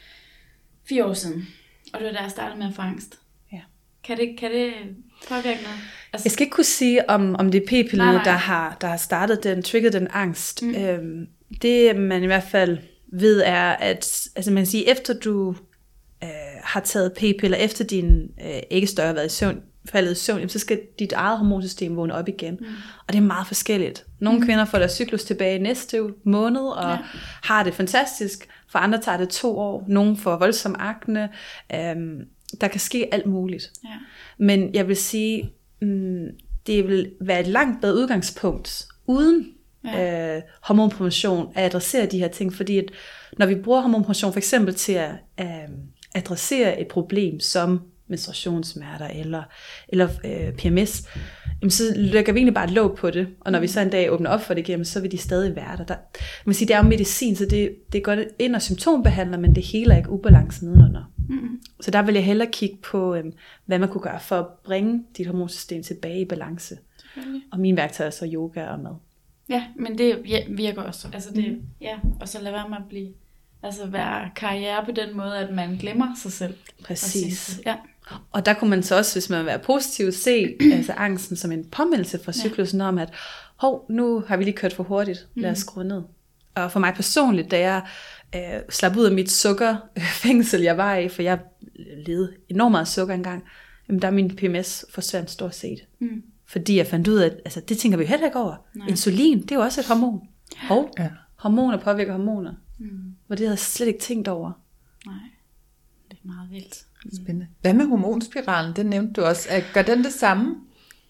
fire år siden. Og det var da jeg startede med at få angst. Ja. Kan det, kan det påvirke noget? Altså, jeg skal ikke kunne sige, om, om det er p-pillerne, der har, der har startet den, trigget den angst. Mm. Øhm, det man i hvert fald ved er, at altså man kan sige, efter du øh, har taget p-piller, efter din øh, æggestok har været i søvn, faldet i søvn, jamen, så skal dit eget hormonsystem vågne op igen. Mm. Og det er meget forskelligt. Nogle mm. kvinder får deres cyklus tilbage næste måned, og ja. har det fantastisk. For andre tager det to år. Nogle får voldsom akne. Øhm, der kan ske alt muligt. Ja. Men jeg vil sige, mm, det vil være et langt bedre udgangspunkt, uden ja. øh, hormonprævention, at adressere de her ting. Fordi at, når vi bruger hormonprævention for eksempel til at øh, adressere et problem, som menstruationssmerter eller, eller øh, P M S, jamen så lægger vi egentlig bare et låg på det, og når vi så en dag åbner op for det igen, så vil de stadig være der. der man siger, det er jo medicin, så det, det går ind og symptombehandler, men det heler ikke ubalancen nedenunder. Mm-hmm. Så der vil jeg hellere kigge på, øh, hvad man kunne gøre for at bringe dit hormonsystem tilbage i balance. Og mine værktøjer er så yoga og mad. Ja, men det virker også. Altså det, mm. ja, og så lad være med at blive, altså være karriere på den måde, at man glemmer sig selv. Præcis. Ja. Og der kunne man så også, hvis man vil være positiv, se altså angsten som en påmeldelse fra cyklusen om, at hov, nu har vi lige kørt for hurtigt, lad os skrue ned. Og for mig personligt, da jeg øh, slap ud af mit sukkerfængsel, jeg var i, for jeg levede enormt meget sukker engang, jamen der er min P M S forsvandt stort set. Mm. Fordi jeg fandt ud af, at altså, det tænker vi heller ikke over. Nej. Insulin, det er jo også et hormon. Hov, ja. Hormoner påvirker hormoner. Mm. Hvor det havde jeg slet ikke tænkt over. Nej, det er meget vildt. Spændende. Hvad med hormonspiralen? Den nævnte du også. Gør den det samme?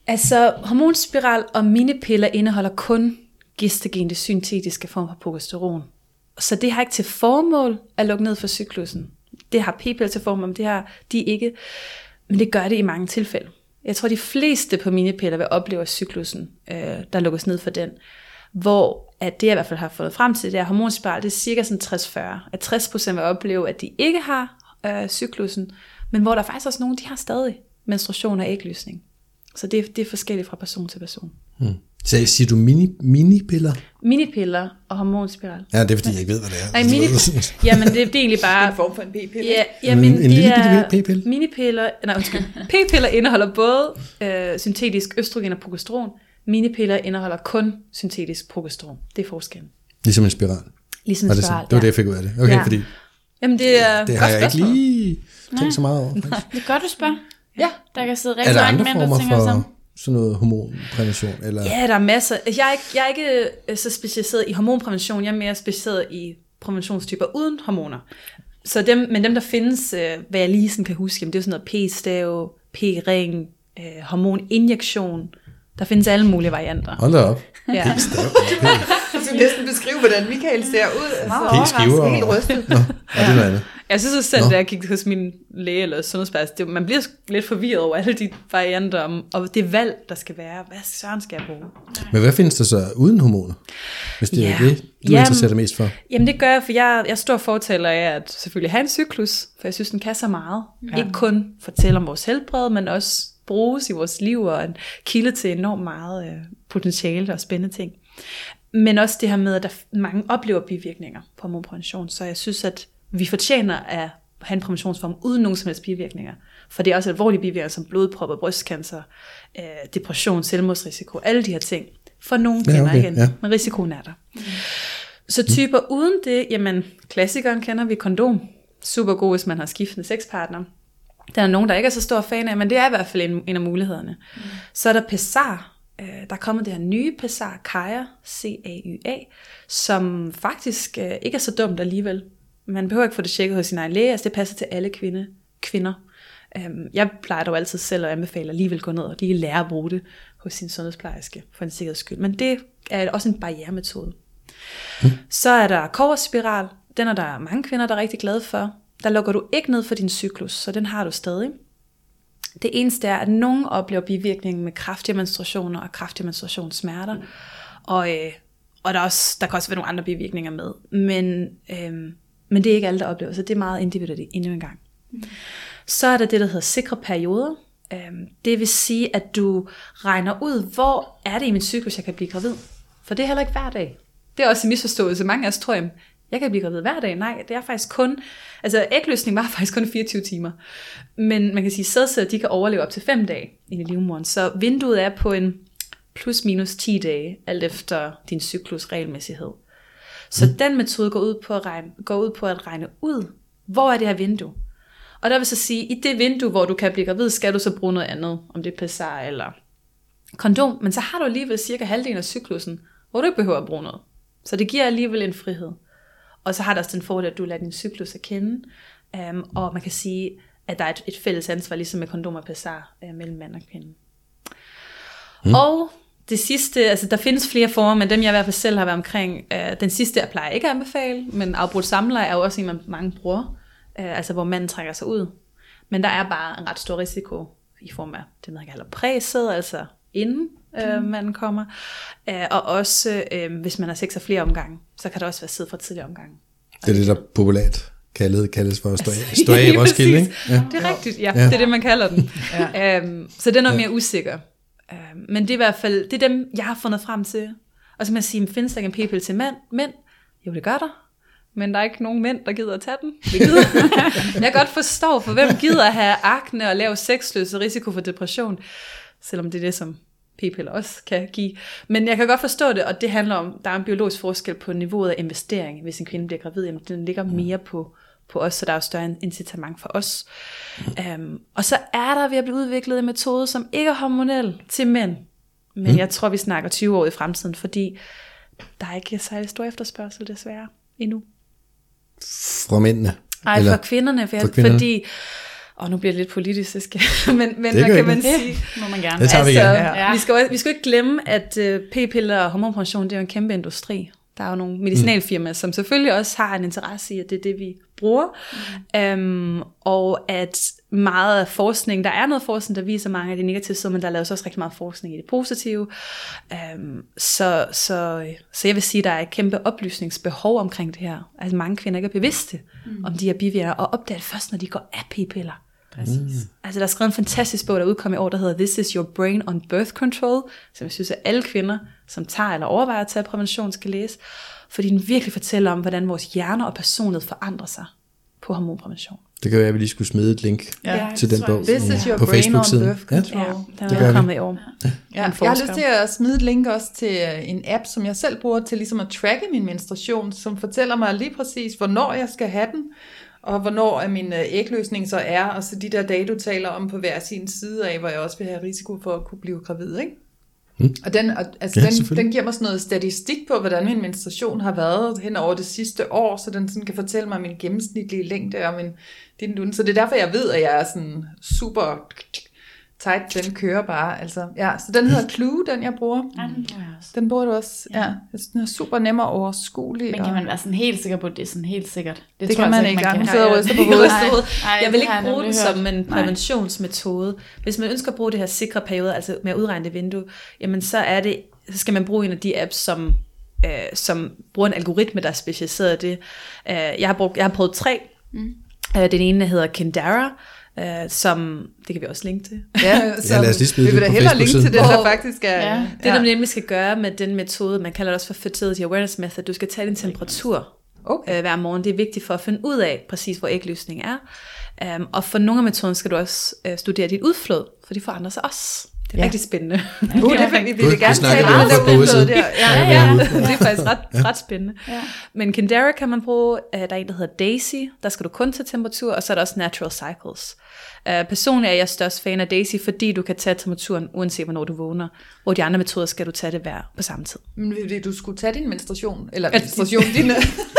Altså, hormonspiral og minipiller indeholder kun gestagen, det syntetiske form for progesteron. Så det har ikke til formål at lukke ned for cyklusen. Det har p-piller til formål, men det har de ikke. Men det gør det i mange tilfælde. Jeg tror, de fleste på minipiller vil opleve cyklusen, øh, der lukkes ned for den. Hvor at det jeg i hvert fald har fået frem til, det er hormonspiral, det er cirka sådan tres til fyrre. At tres procent vil opleve, at de ikke har øh, cyklusen, men hvor der faktisk også nogen, de har stadig menstruation og ægløsning. Så det, det er forskelligt fra person til person. Hmm. Så siger du mini, minipiller? Minipiller og hormonspiral. Ja, det er fordi, jeg ikke ved, hvad det er. Nej, mini, jamen det, det er egentlig bare... En form for en p-pille. Ja, jamen, en en det lille er bitte p-pille? Minipiller, nej undskyld, p-piller indeholder både øh, syntetisk østrogen og progesteron. Minipiller indeholder kun syntetisk progesteron. Det er forskellen. Ligesom en spiral? Ligesom en en spiral, spiral, det var det, jeg fik ud af det. Okay, ja. fordi jamen, det, er det har jeg ikke lige tænkt så meget over. Det er godt, du spørger. Ja. Der kan sidde Er rigtig der mange andre mænd, der former tænker sådan. for sådan noget hormonprævention? Eller? Ja, der er masser. Jeg er ikke, jeg er ikke øh, så specialiseret i hormonprævention. Jeg er mere specialiseret i præventionstyper uden hormoner. Så dem, men dem, der findes, øh, hvad jeg lige sådan kan huske, jamen, det er sådan noget p-stav, p-ring, øh, hormoninjektion. Der findes alle mulige varianter. Hold da op. Ja. P-stav. Jeg skal næsten beskrive, hvordan Michael ser ud. Altså, P-skiver. helt rystet. Nå, ja, det er noget andet. Jeg synes også selv, Nå. da jeg gik hos min læge eller sundhedsplejerske, det, man bliver lidt forvirret over alle de varianter, om, og det valg, der skal være. Hvad søren skal jeg bruge? Men hvad findes der så uden hormoner? Hvis det Ja. er det, du Jamen, interesserer dig mest for? Jamen det gør jeg, for jeg, jeg er stor fortaler af at selvfølgelig have en cyklus, for jeg synes, den kan så meget. Ja. Ikke kun fortælle om vores helbred, men også bruges i vores liv, og en kilde til enormt meget øh, potentiale og spændende ting. Men også det her med, at der mange oplever bivirkninger på hormonprævention, så jeg synes, at vi fortjener at have en præventionsform uden nogen som helst bivirkninger. For det er også alvorlige bivirkninger som blodpropper, brystcancer, øh, depression, selvmordsrisiko, alle de her ting. For nogle kender ja, okay, igen, ja. men risikoen er der. Mm. Så typer mm. uden det, jamen klassikeren kender vi, kondom. Super god, hvis man har skiftende sexpartner. Der er nogen, der ikke er så stor fan af, men det er i hvert fald en, en af mulighederne. Mm. Så er der Pessar. Der er kommet det her nye Pessar, Kaia, C A Y A, som faktisk øh, ikke er så dumt alligevel. Man behøver ikke få det tjekket hos sin egen læge, altså det passer til alle kvinde, kvinder. Øhm, jeg plejer dog altid selv at anbefale at alligevel gå ned og lige lære at bruge det hos sin sundhedsplejerske for en sikkerheds skyld. Men det er også en barrieremetode. Mm. Så er der kobberspiral, den er der mange kvinder, der er rigtig glade for. Der lukker du ikke ned for din cyklus, så den har du stadig. Det eneste er, at nogen oplever bivirkningen med kraftige menstruationer og kraftige menstruationssmerter. Og, øh, og der, er også, der kan også være nogle andre bivirkninger med. Men, øh, men det er ikke alle, der oplever, så det er meget individuelt endnu en gang. Mm. Så er der det, der hedder sikre perioder. Øh, det vil sige, at du regner ud, hvor er det i min cyklus, jeg kan blive gravid. For det er heller ikke hver dag. Det er også en misforståelse. Mange af os tror, jeg, jeg kan blive gravid hver dag. Nej, det er faktisk kun... Altså ægløsning var faktisk kun fireogtyve timer. Men man kan sige, at sædceller, de kan overleve op til fem dage inde i livmoderen. Så vinduet er på en plus minus ti dage, alt efter din cyklus regelmæssighed. Så mm. den metode går ud, på at regne, går ud på at regne ud, hvor er det her vindue. Og der vil så sige, i det vindue, hvor du kan blive gravid, skal du så bruge noget andet, om det er Pessar eller kondom. Men så har du alligevel cirka halvdelen af cyklusen, hvor du ikke behøver at bruge noget. Så det giver alligevel en frihed. Og så har der også den fordel, at du lader din cyklus at kende. Um, og man kan sige, at der er et, et fælles ansvar, ligesom med kondom og Pessar, uh, mellem mand og kvinde. Mm. Og det sidste, altså der findes flere former, men dem jeg i hvert fald selv har været omkring. Uh, den sidste, jeg plejer ikke at anbefale, men afbrudt samleje er jo også en, man mange bruger. Uh, altså hvor manden trækker sig ud. Men der er bare en ret stor risiko i form af det, man kalder præsæd, altså inden øh, manden kommer. Øh, og også, øh, hvis man har sex af flere omgange, så kan der også være sæd fra tidligere omgange. Det er det, der populært kaldet, kaldes for at stå af, stå af i Roskilde, ikke? Ja. Det er rigtigt, ja. ja. Det er det, man kalder den. ja. øhm, så det er noget ja. mere usikker. Øhm, men det er i hvert fald, det er dem, jeg har fundet frem til. Og så kan man sige, findes der ikke en p-pille til mænd? mænd? Jo, det gør der. Men der er ikke nogen mænd, der gider at tage den. Det gider. Jeg kan godt forstå, for hvem gider at have akne og lave sexløs og risiko for depression, selvom det er det, som p-piller også kan give. Men jeg kan godt forstå det, og det handler om, der er en biologisk forskel på niveauet af investering, hvis en kvinde bliver gravid. Jamen, den ligger mere på, på os, så der er jo større incitament for os. Um, og så er der ved at blive udviklet en metode, som ikke er hormonel til mænd. Men mm. jeg tror, vi snakker tyve år i fremtiden, fordi der er ikke særlig stor efterspørgsel desværre endnu. Fra mændene? Nej, eller for kvinderne, for for kvinderne. fordi Og nu bliver det lidt politisk, det skal, men, men hvad kan man sige? Det må man gerne. Det tager vi altså, igen. Ja. vi, skal, jo- vi skal jo ikke glemme, at uh, p-piller og hormonprævention, det er jo en kæmpe industri. Der er jo nogle medicinalfirmaer, mm. som selvfølgelig også har en interesse i, at det er det, vi bruger. Mm. Um, og at meget af forskning, der er noget forskning, der viser mange af de negative sider, men der laves også rigtig meget forskning i det positive. Um, så, så, så jeg vil sige, at der er et kæmpe oplysningsbehov omkring det her. Altså mange kvinder ikke er bevidste mm. om de her bivirkninger, og opdager det først, når de går af p-piller. Præcis. Mm. Altså der er skrevet en fantastisk bog, der udkom i år, der hedder This is your brain on birth control, som jeg synes, at alle kvinder, som tager eller overvejer at tage prævention, skal læse, fordi den virkelig fortæller om, hvordan vores hjerner og personlighed forandrer sig på hormonprævention. Det kan være, at vi lige skulle smide et link Ja, til den bog This is your på brain on Facebook-siden. birth control. Ja, den det er gør kommet i år. Ja, En jeg har forsker. lyst til at smide et link også til en app, som jeg selv bruger til ligesom at tracke min menstruation, som fortæller mig lige præcis, hvornår jeg skal have den, og hvornår er min ægløsning så er, og så de der dage, du taler om på hver sin side af, hvor jeg også vil have risiko for at kunne blive gravid, ikke? Mm. Og, den, altså Ja, den, den giver mig sådan noget statistik på, hvordan min menstruation har været hen over det sidste år, så den sådan kan fortælle mig min gennemsnitlige længde og min din dun. Så det er derfor, jeg ved, at jeg er sådan super tight, den kører bare. Altså, ja, så den hedder Clue, den jeg bruger. Ja, den bruger jeg også. Den bruger du også, ja. ja. Den er super nem og overskuelig. Men kan man være sådan helt sikker på, at det er sådan helt sikkert? Det tror kan jeg man altså ikke. man Hun kan. sidder og ryster på hovedet. Nej, Jeg vil det ikke har jeg bruge nemlig den som hørt. en præventionsmetode. Hvis man ønsker at bruge det her sikre periode, altså med at udregne det vindue, jamen så er det, så skal man bruge en af de apps, som, øh, som bruger en algoritme, der er specialiseret i det. Øh, jeg, har brugt, jeg har prøvet tre. Mm. Øh, den ene hedder Kindara, Uh, som, det kan vi også linke til. Ja, så Ja, lad os lige smide vi vil det da på hellere linke til den, Facebook-siden. der faktisk er... Ja. Det der nemlig skal gøre med den metode, man kalder det også for Fertility Awareness Method, du skal tage din temperatur Okay. øh, hver morgen. Det er vigtigt for at finde ud af præcis, hvor ægløsningen er. Um, og for nogle af metoderne skal du også øh, studere dit udflod, for de forandrer sig også. Det er Ja. ja. rigtig spændende. Uh, det vil vi, vi Vi vil gerne snakker tale om om det det på der hovedsiden. udflod der. Ja, Ja, ja. ja. Det er faktisk ret, ret spændende. Ja. Men Kindara kan man bruge. Der er en, der hedder Daisy. Der skal du kun tage temperatur, og så er der også Natural Cycles. Uh, personligt er jeg størst fan af Daisy, fordi du kan tage temperaturen, uanset hvornår du vågner. Hvor de andre metoder skal du tage det hver på samme tid. Men fordi du skulle tage din menstruation, eller menstruation, din,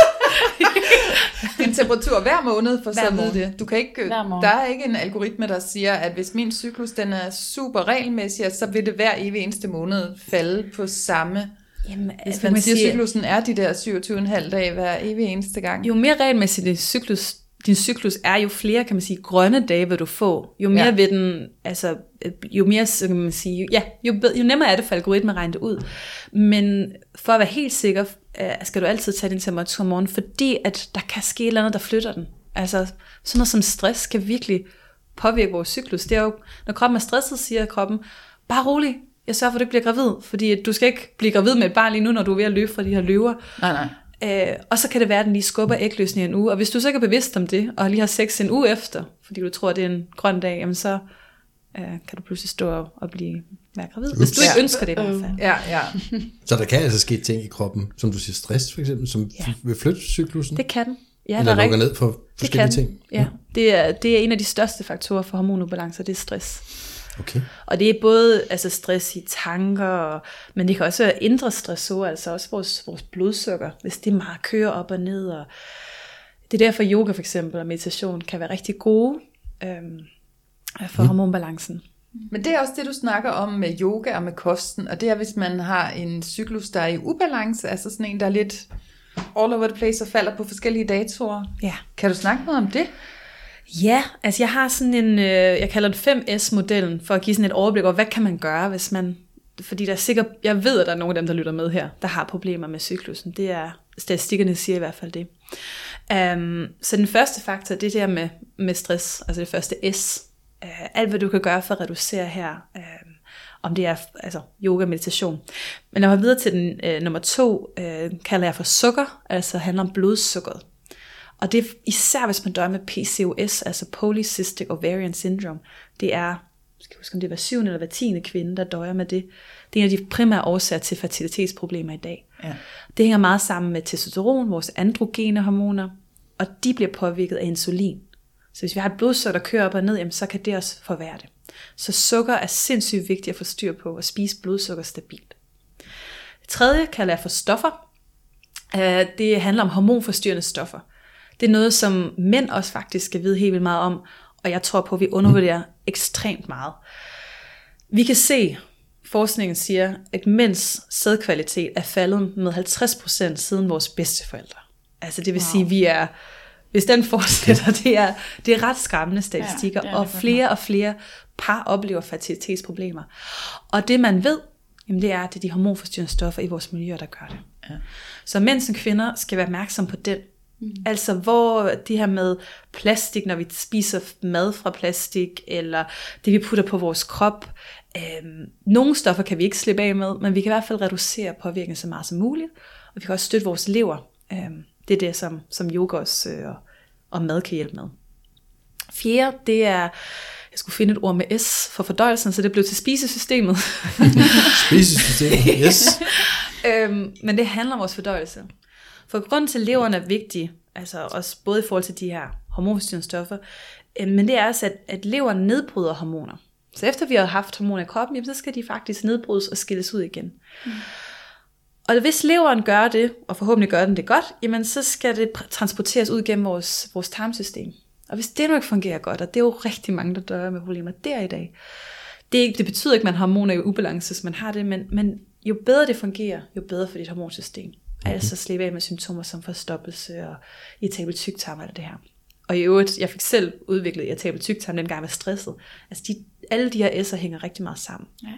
din temperatur hver måned, for så Hver at vide morgen. det. Du kan ikke, Hver morgen. der er ikke en algoritme, der siger, at hvis min cyklus den er super regelmæssig, så vil det hver evig eneste måned falde på samme. Jamen, Hvis man siger, at cyklusen er de der syvogtyve komma fem dage hver evig eneste gang. Jo mere regelmæssigt din cyklus, din cyklus er, jo flere, kan man sige, grønne dage vil du få. Jo mere Ja. ja. vil den, altså, jo mere, så kan man sige, ja, jo, bed, jo nemmere er det for algoritmen at regne det ud. Men for at være helt sikker, øh, skal du altid tage din temperatur om morgenen, fordi at der kan ske et eller andet, der flytter den. Altså, sådan noget som stress kan virkelig påvirke vores cyklus. Det er jo, når kroppen er stresset, siger kroppen, bare rolig, jeg sørger for, at du ikke bliver gravid, fordi at du skal ikke blive gravid med et barn lige nu, når du er ved at løbe fra de her løver. Nej, nej. Øh, og så kan det være, at den lige skubber ægløsningen en uge. Og hvis du så ikke er bevidst om det, og lige har sex en uge efter, fordi du tror, det er en grøn dag, jamen så øh, kan du pludselig stå og, og blive være gravid. Hvis du ikke Ja. ønsker det i hvert fald. Ja, ja. Så der kan altså ske ting i kroppen, som du siger, stress for eksempel, som Ja. vil flytte cyklusen, Det kan den. Ja, eller der er lukker rigtig- ned for det forskellige kan ting. den. Ja, det er, det er en af de største faktorer for hormonubalancer, det er stress. Okay. Og det er både altså stress i tanker, og, men det kan også være indre stressorer, altså også vores, vores blodsukker, hvis det meget kører op og ned. Og det er derfor yoga for eksempel og meditation kan være rigtig gode øhm, for mm. hormonbalancen. Men det er også det, du snakker om med yoga og med kosten, og det er, hvis man har en cyklus, der er i ubalance, altså sådan en, der er lidt all over the place og falder på forskellige datoer. Ja. Kan du snakke noget om det? Ja, altså jeg har sådan en, øh, jeg kalder det fem S-modellen, for at give sådan et overblik over, hvad kan man gøre, hvis man, fordi der er sikkert, jeg ved, at der er nogle af dem, der lytter med her, der har problemer med cyklusen. Det er, statistikkerne siger i hvert fald det. Um, så den første faktor, det er det her med, med stress, altså det første S. Uh, alt, hvad du kan gøre for at reducere her, uh, om det er altså yoga, meditation. Men når jeg videre til den uh, nummer to, uh, kalder jeg for sukker, altså handler om blodsukkeret. Og det er især, hvis man dør med P C O S, altså Polycystic Ovarian Syndrome. Det er, skal jeg huske, om det er hver syvende eller hver tiende kvinde, der døjer med det. Det er en af de primære årsager til fertilitetsproblemer i dag. Ja. Det hænger meget sammen med testosteron, vores androgene hormoner, og de bliver påvirket af insulin. Så hvis vi har et blodsukker, der kører op og ned, jamen, så kan det også forværre det. Så sukker er sindssygt vigtigt at få styr på, og spise blodsukker stabilt. Det tredje kalder jeg for stoffer. Det handler om hormonforstyrrende stoffer. Det er noget, som mænd også faktisk skal vide helt vildt meget om. og jeg tror på, at vi undervurderer mm. ekstremt meget. Vi kan se, forskningen siger, at mænds sædkvalitet er faldet med halvtreds procent siden vores bedsteforældre. Altså det vil wow. sige, at vi er, hvis den fortsætter, okay. det, er, det er ret skræmmende statistikker, ja, og flere og flere par oplever fertilitetsproblemer. Og det man ved, jamen det er, at det er de hormonforstyrrende stoffer i vores miljø, der gør det. Ja. Så mænd som kvinder skal være opmærksom på den. Mm. Altså hvor det her med plastik, når vi spiser mad fra plastik, eller det vi putter på vores krop. Øhm, nogle stoffer kan vi ikke slippe af med, men vi kan i hvert fald reducere påvirkningen så meget som muligt. Og vi kan også støtte vores lever. Øhm, det er det, som, som yoga også, øh, og mad kan hjælpe med. Fjerde, det er, jeg skulle finde et ord med S for fordøjelsen, så det blev til spisesystemet. Spisesystemet, yes. øhm, men det handler om vores fordøjelse. For grund til, at leveren er vigtig, altså også både i forhold til de her hormonforstyrrende stoffer, øh, men det er også, at, at leveren nedbryder hormoner. Så efter vi har haft hormoner i kroppen, jamen, så skal de faktisk nedbrydes og skilles ud igen. Mm. Og hvis leveren gør det, og forhåbentlig gør den det godt, jamen så skal det transporteres ud gennem vores, vores tarmsystem. Og hvis det nu ikke fungerer godt, og det er jo rigtig mange, der dør med problemer der i dag, det, er, det betyder ikke, at man har hormoner i ubalance, hvis man har det, men, men jo bedre det fungerer, jo bedre for dit hormonsystem. Mm-hmm. Altså slippe af med symptomer som forstoppelse og irritabel tyktarm og det her. Og i øvrigt, jeg fik selv udviklet irritabel tyktarm, dengang jeg var stresset. Altså de, alle de her S'er hænger rigtig meget sammen. Ja.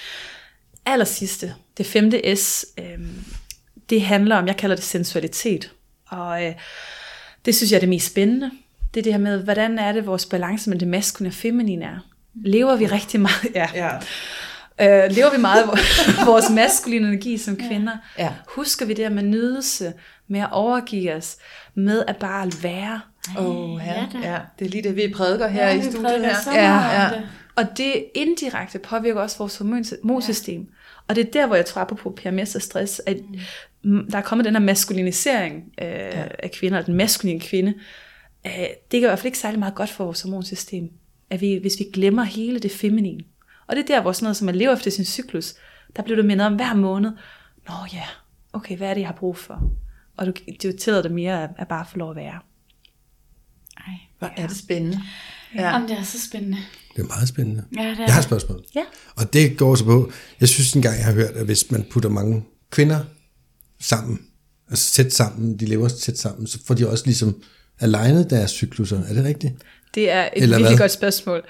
Allersidste, det femte S, øh, det handler om, jeg kalder det sensualitet. Og øh, det synes jeg er det mest spændende. Det er det her med, hvordan er det vores balance med det maskuline og feminine er. Lever vi rigtig meget, ja. ja. Øh, lever vi meget vores maskuline energi som kvinder? Ja. Husker vi det her med nydelse, med at overgive os, med at bare være? Åh, oh, ja, ja, det er lige det, vi prædiker her ja, i studiet her. Ja, ja. Og det indirekte påvirker også vores hormonsystem. Ja. Og det er der, hvor jeg tror på P M S og stress, at mm. der er kommet den her maskulinisering øh, ja. af kvinder, eller den maskuline kvinde. Øh, det gør i hvert fald ikke særlig meget godt for vores hormonsystem, at vi, hvis vi glemmer hele det feminine. Og det er der, hvor sådan noget, som man lever efter sin cyklus, der bliver du mindet om hver måned, nå ja, okay, hvad er det, jeg har brug for? Og du, du tillader det mere, at bare få lov at være. Ej, hvor er det spændende. Ja. Jamen, det er så spændende. Det er meget spændende. Ja, det er. Jeg har et spørgsmål. Ja. Og det går så på, jeg synes engang, jeg har hørt, at hvis man putter mange kvinder sammen, altså tæt sammen, de lever tæt sammen, så får de også ligesom alignet deres cykluser. Er det rigtigt? Det er et Eller virkelig hvad? godt spørgsmål.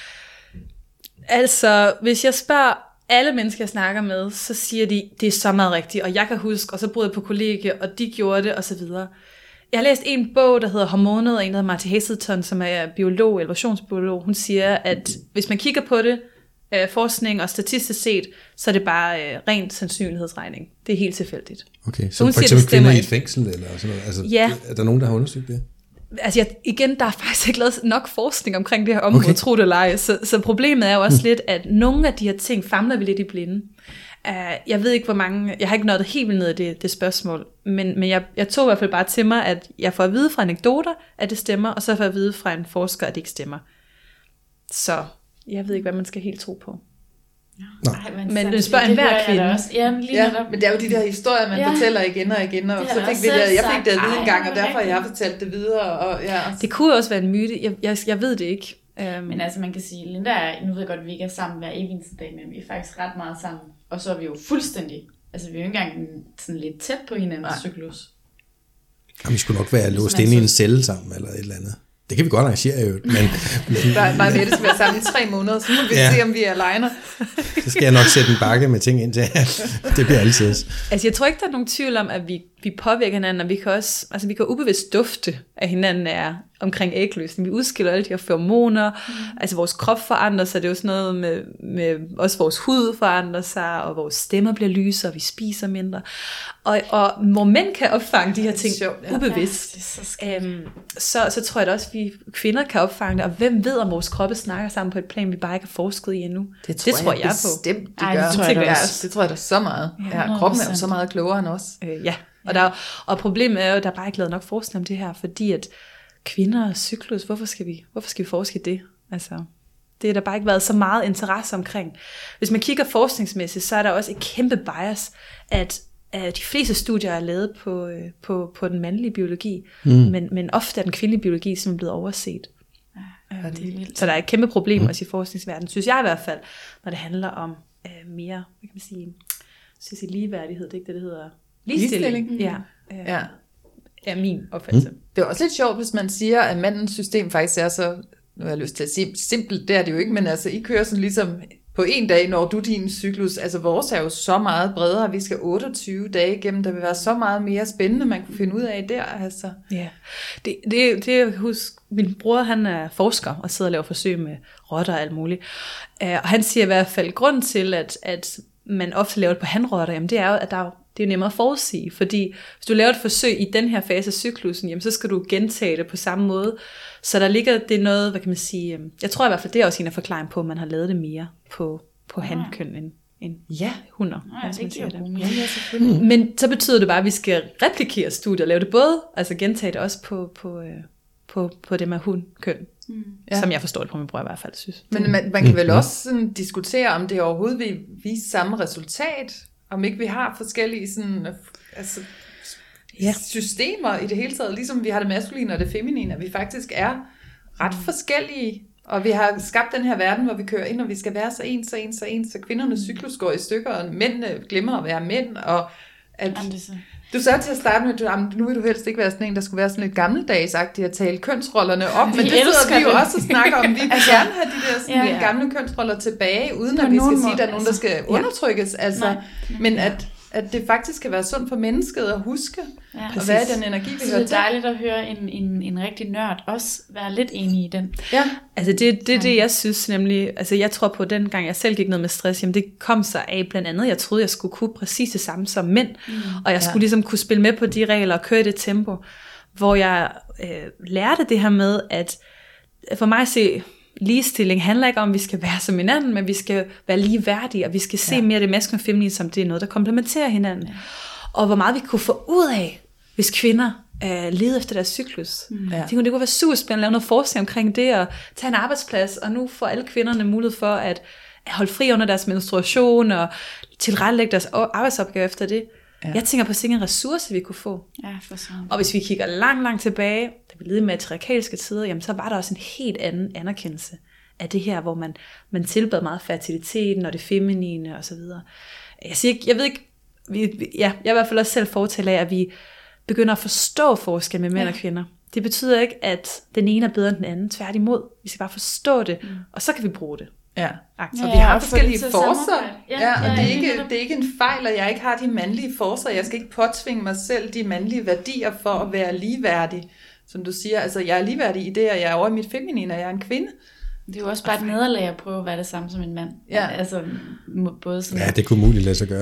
Altså, hvis jeg spørger alle mennesker, jeg snakker med, så siger de, det er så meget rigtigt, og jeg kan huske, og så boede jeg på kollegie, og de gjorde det, og så videre. Jeg har læst en bog, der hedder Hormonet, og en, der hedder Marty Hazelton, som er biolog, evolutionsbiolog. Hun siger, at hvis man kigger på det, øh, forskning og statistisk set, så er det bare øh, rent sandsynlighedsregning. Det er helt tilfældigt. Okay, så, så for eksempel kvinder i et fængsel, eller sådan noget? Altså, ja. Er der nogen, der har undersøgt det? Altså jeg, igen, der er faktisk ikke lavet nok forskning omkring det her område, okay. tro det eller ej. Så, så problemet er jo også mm. lidt, at nogle af de her ting famler vi lidt i blinde. Uh, jeg ved ikke, hvor mange, jeg har ikke nået helt vildt ned i det, det spørgsmål, men, men jeg, jeg tog i hvert fald bare til mig, at jeg får at vide fra anekdoter, at det stemmer, og så får jeg at vide fra en forsker, at det ikke stemmer. Så jeg ved ikke, hvad man skal helt tro på. Ja. Ej, men men du spørger enhver kvinde. Også. Ja, lige ja, men det er jo de der historier, man ja. fortæller igen og igen, og så fik vi det, jeg fik det at vide en gang, og derfor har jeg fortalt det videre. Og, ja. Det kunne også være en myte, jeg, jeg, jeg ved det ikke. Um, men altså man kan sige, Linda er, nu ved jeg godt, at vi ikke er sammen hver eneste dag, men vi er faktisk ret meget sammen. Og så er vi jo fuldstændig, altså vi er jo ikke engang sådan lidt tæt på hinandens cyklus. Jamen, vi skulle nok være låst inde i en celle sammen, eller et eller andet. Det kan vi godt arrangere jo. Men, men nej, nej, det skal være sammen i tre måneder, så må vi ja. se, om vi er alene. Så skal jeg nok sætte en bakke med ting ind til. Det bliver altid. Altså jeg tror ikke, der er nogen tvivl om, at vi, vi påvirker hinanden, og vi kan også, altså vi kan ubevidst dufte af hinanden er omkring ægløsning. Vi udskiller alle de her feromoner, mm. altså vores krop forandrer sig, det er jo sådan noget med, med også vores hud forandrer sig, og vores stemmer bliver lysere, og vi spiser mindre. Og, og hvor mænd kan opfange de her ting sjovt, ja. ubevidst, ja, så, øhm, så, så tror jeg da også, at vi kvinder kan opfange det, og hvem ved, om vores kroppe snakker sammen på et plan, vi bare ikke har forsket i endnu. Det tror, det tror jeg, jeg bestemt, de gør. Det tror jeg, det, også. det tror jeg da så meget. Ja, kroppen er jo så meget klogere end os. Øh, ja, og, der, og problemet er jo, at der bare ikke lavet nok forskning om det her, fordi at kvinder og cyklus, hvorfor skal vi, hvorfor skal vi forske det? Altså, det har der bare ikke været så meget interesse omkring. Hvis man kigger forskningsmæssigt, så er der også et kæmpe bias, at de fleste studier er lavet på, på, på den mandlige biologi, mm. men, men ofte er den kvindelige biologi simpelthen blevet overset. Ja, det, så der er et kæmpe problem mm. også i forskningsverdenen, synes jeg i hvert fald, når det handler om øh, mere, hvad kan man sige, synes jeg, ligeværdighed, det er ikke det, det hedder? Ligestilling. Ligestilling. Ja, øh, ja. Er min opfattelse. Mm. Det er også lidt sjovt, hvis man siger, at mandens system faktisk er så, nu har jeg lyst til at sige, simpelt, det er det jo ikke, men altså, I kører sådan ligesom på en dag, når du din cyklus, altså vores er jo så meget bredere, vi skal otteogtyve dage igennem, der vil være så meget mere spændende, man kunne finde ud af der, altså. Ja, det, det, det husk, min bror, han er forsker, og sidder og laver forsøg med rotter og alt muligt, og han siger i hvert fald, grund til, at, at man ofte laver det på hanrotter, jamen det er jo, at der er det er jo nemmere at forudsige, fordi hvis du laver et forsøg i den her fase af cyklusen, jamen så skal du gentage det på samme måde. Så der ligger det noget, hvad kan man sige, jeg tror i hvert fald, det er også en af forklaringen på, at man har lavet det mere på, på ja. hankøn end, end ja. hunder. Ja, det giver det. Ja, ja, selvfølgelig. Men så betyder det bare, at vi skal replikere studier og lave det både, altså gentage det også på, på, på, på det med hundkøn. Mm. Ja. Som jeg forstår det på min bror i hvert fald, synes. Men man, man kan vel også sådan diskutere, om det overhovedet vil vise samme resultat, om ikke vi har forskellige sådan, altså, ja. systemer i det hele taget, ligesom vi har det maskuline og det feminine, at vi faktisk er ret forskellige, og vi har skabt den her verden, hvor vi kører ind, og vi skal være så ens, så ens, så ens, så kvindernes cyklus går i stykker, og mændene glemmer at være mænd, og at, du sagde til at starte med, at nu vil du helst ikke være sådan en, der skulle være sådan lidt gammeldagsagtig at tale kønsrollerne op, men det sidder vi jo også og snakker om, vi vil altså, gerne have de der sådan ja, ja. gamle kønsroller tilbage, uden at vi skal sige, at der er nogen, der skal altså, undertrykkes, altså, nej, men ja. at at det faktisk kan være sundt for mennesket at huske, ja, og hvad er den energi, vi hører til. Så det er dejligt at høre en, en, en rigtig nørd også være lidt enig i den. Ja, altså det er det, det, jeg synes nemlig, altså jeg tror på, den gang jeg selv gik ned med stress, jamen det kom sig af blandt andet, jeg troede, jeg skulle kunne præcis det samme som mænd, mm. og jeg skulle ja. ligesom kunne spille med på de regler og køre i det tempo, hvor jeg øh, lærte det her med, at for mig at se, ligestilling handler ikke om, at vi skal være som hinanden, men vi skal være ligeværdige, og vi skal se ja. mere det maskuline og feminine, som det er noget, der komplementerer hinanden. Ja. Og hvor meget vi kunne få ud af, hvis kvinder øh, leder efter deres cyklus. Mm. Ja. Det kunne være super spændende at lave noget forskning omkring det, og tage en arbejdsplads, og nu får alle kvinderne mulighed for at holde fri under deres menstruation, og tilrettelægge deres arbejdsopgave efter det. Ja. Jeg tænker på sikkert en ressource, vi kunne få. Ja, for sådan. Og hvis vi kigger langt, langt tilbage, da vi levede i matriarkalske tider, jamen, så var der også en helt anden anerkendelse af det her, hvor man, man tilbad meget fertiliteten og det feminine og så videre. Jeg, siger, jeg ved ikke, vi, ja, jeg er i hvert fald også selv fortæller af, at vi begynder at forstå forskel med mænd ja. og kvinder. Det betyder ikke, at den ene er bedre end den anden. Tværtimod. Vi skal bare forstå det, mm. og så kan vi bruge det. Ja, ja, og vi har forskellige forser, ja, ja, og ja, det, er ikke, det er ikke en fejl, at jeg ikke har de mandlige forser. Jeg skal ikke påtvinge mig selv de mandlige værdier for at være ligeværdig. Som du siger, altså jeg er ligeværdig i det, at jeg er over i mit feminine, og jeg er en kvinde. Det er jo også bare et nederlag at prøve at være det samme som en mand. Ja. Altså, både sådan ja, det kunne muligt lade sig gøre.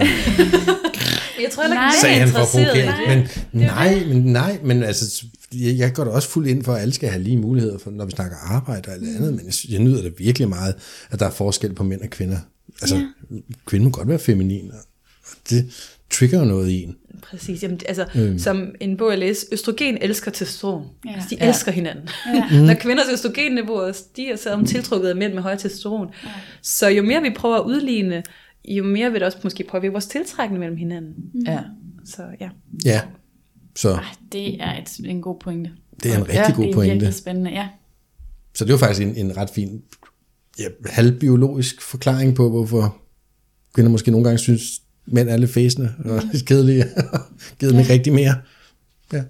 Jeg tror heller ikke, mænd er interesseret. Men nej, men nej, men altså, jeg, jeg går da også fuldt ind for, at alle skal have lige muligheder, for, når vi snakker arbejde og alt andet, men jeg, jeg nyder det virkelig meget, at der er forskel på mænd og kvinder. Altså, ja. Kvinden må godt være feminin, og det trigger noget i en. Præcis, jamen, altså, øhm. som en bog jeg læste, østrogen elsker testosteron. Ja. Altså, de ja. elsker hinanden. Ja. Når kvinders østrogenniveauer stiger, så er de tiltrukket af mænd med høj testosteron. Ja. Så jo mere vi prøver at udligne, jo mere vil det også måske påvirke vores tiltrækning mellem hinanden. Ja. Så ja. Ja. Så. Ej, det er et, en god pointe. Det er en rigtig ja, god pointe. Det er virkelig spændende, ja. Så det var faktisk en, en ret fin, ja, halvbiologisk forklaring på, hvorfor kvinder måske nogle gange synes, mænd er lidt fæsende og lidt kedelige, og givet dem ja. ikke rigtig mere. Ja.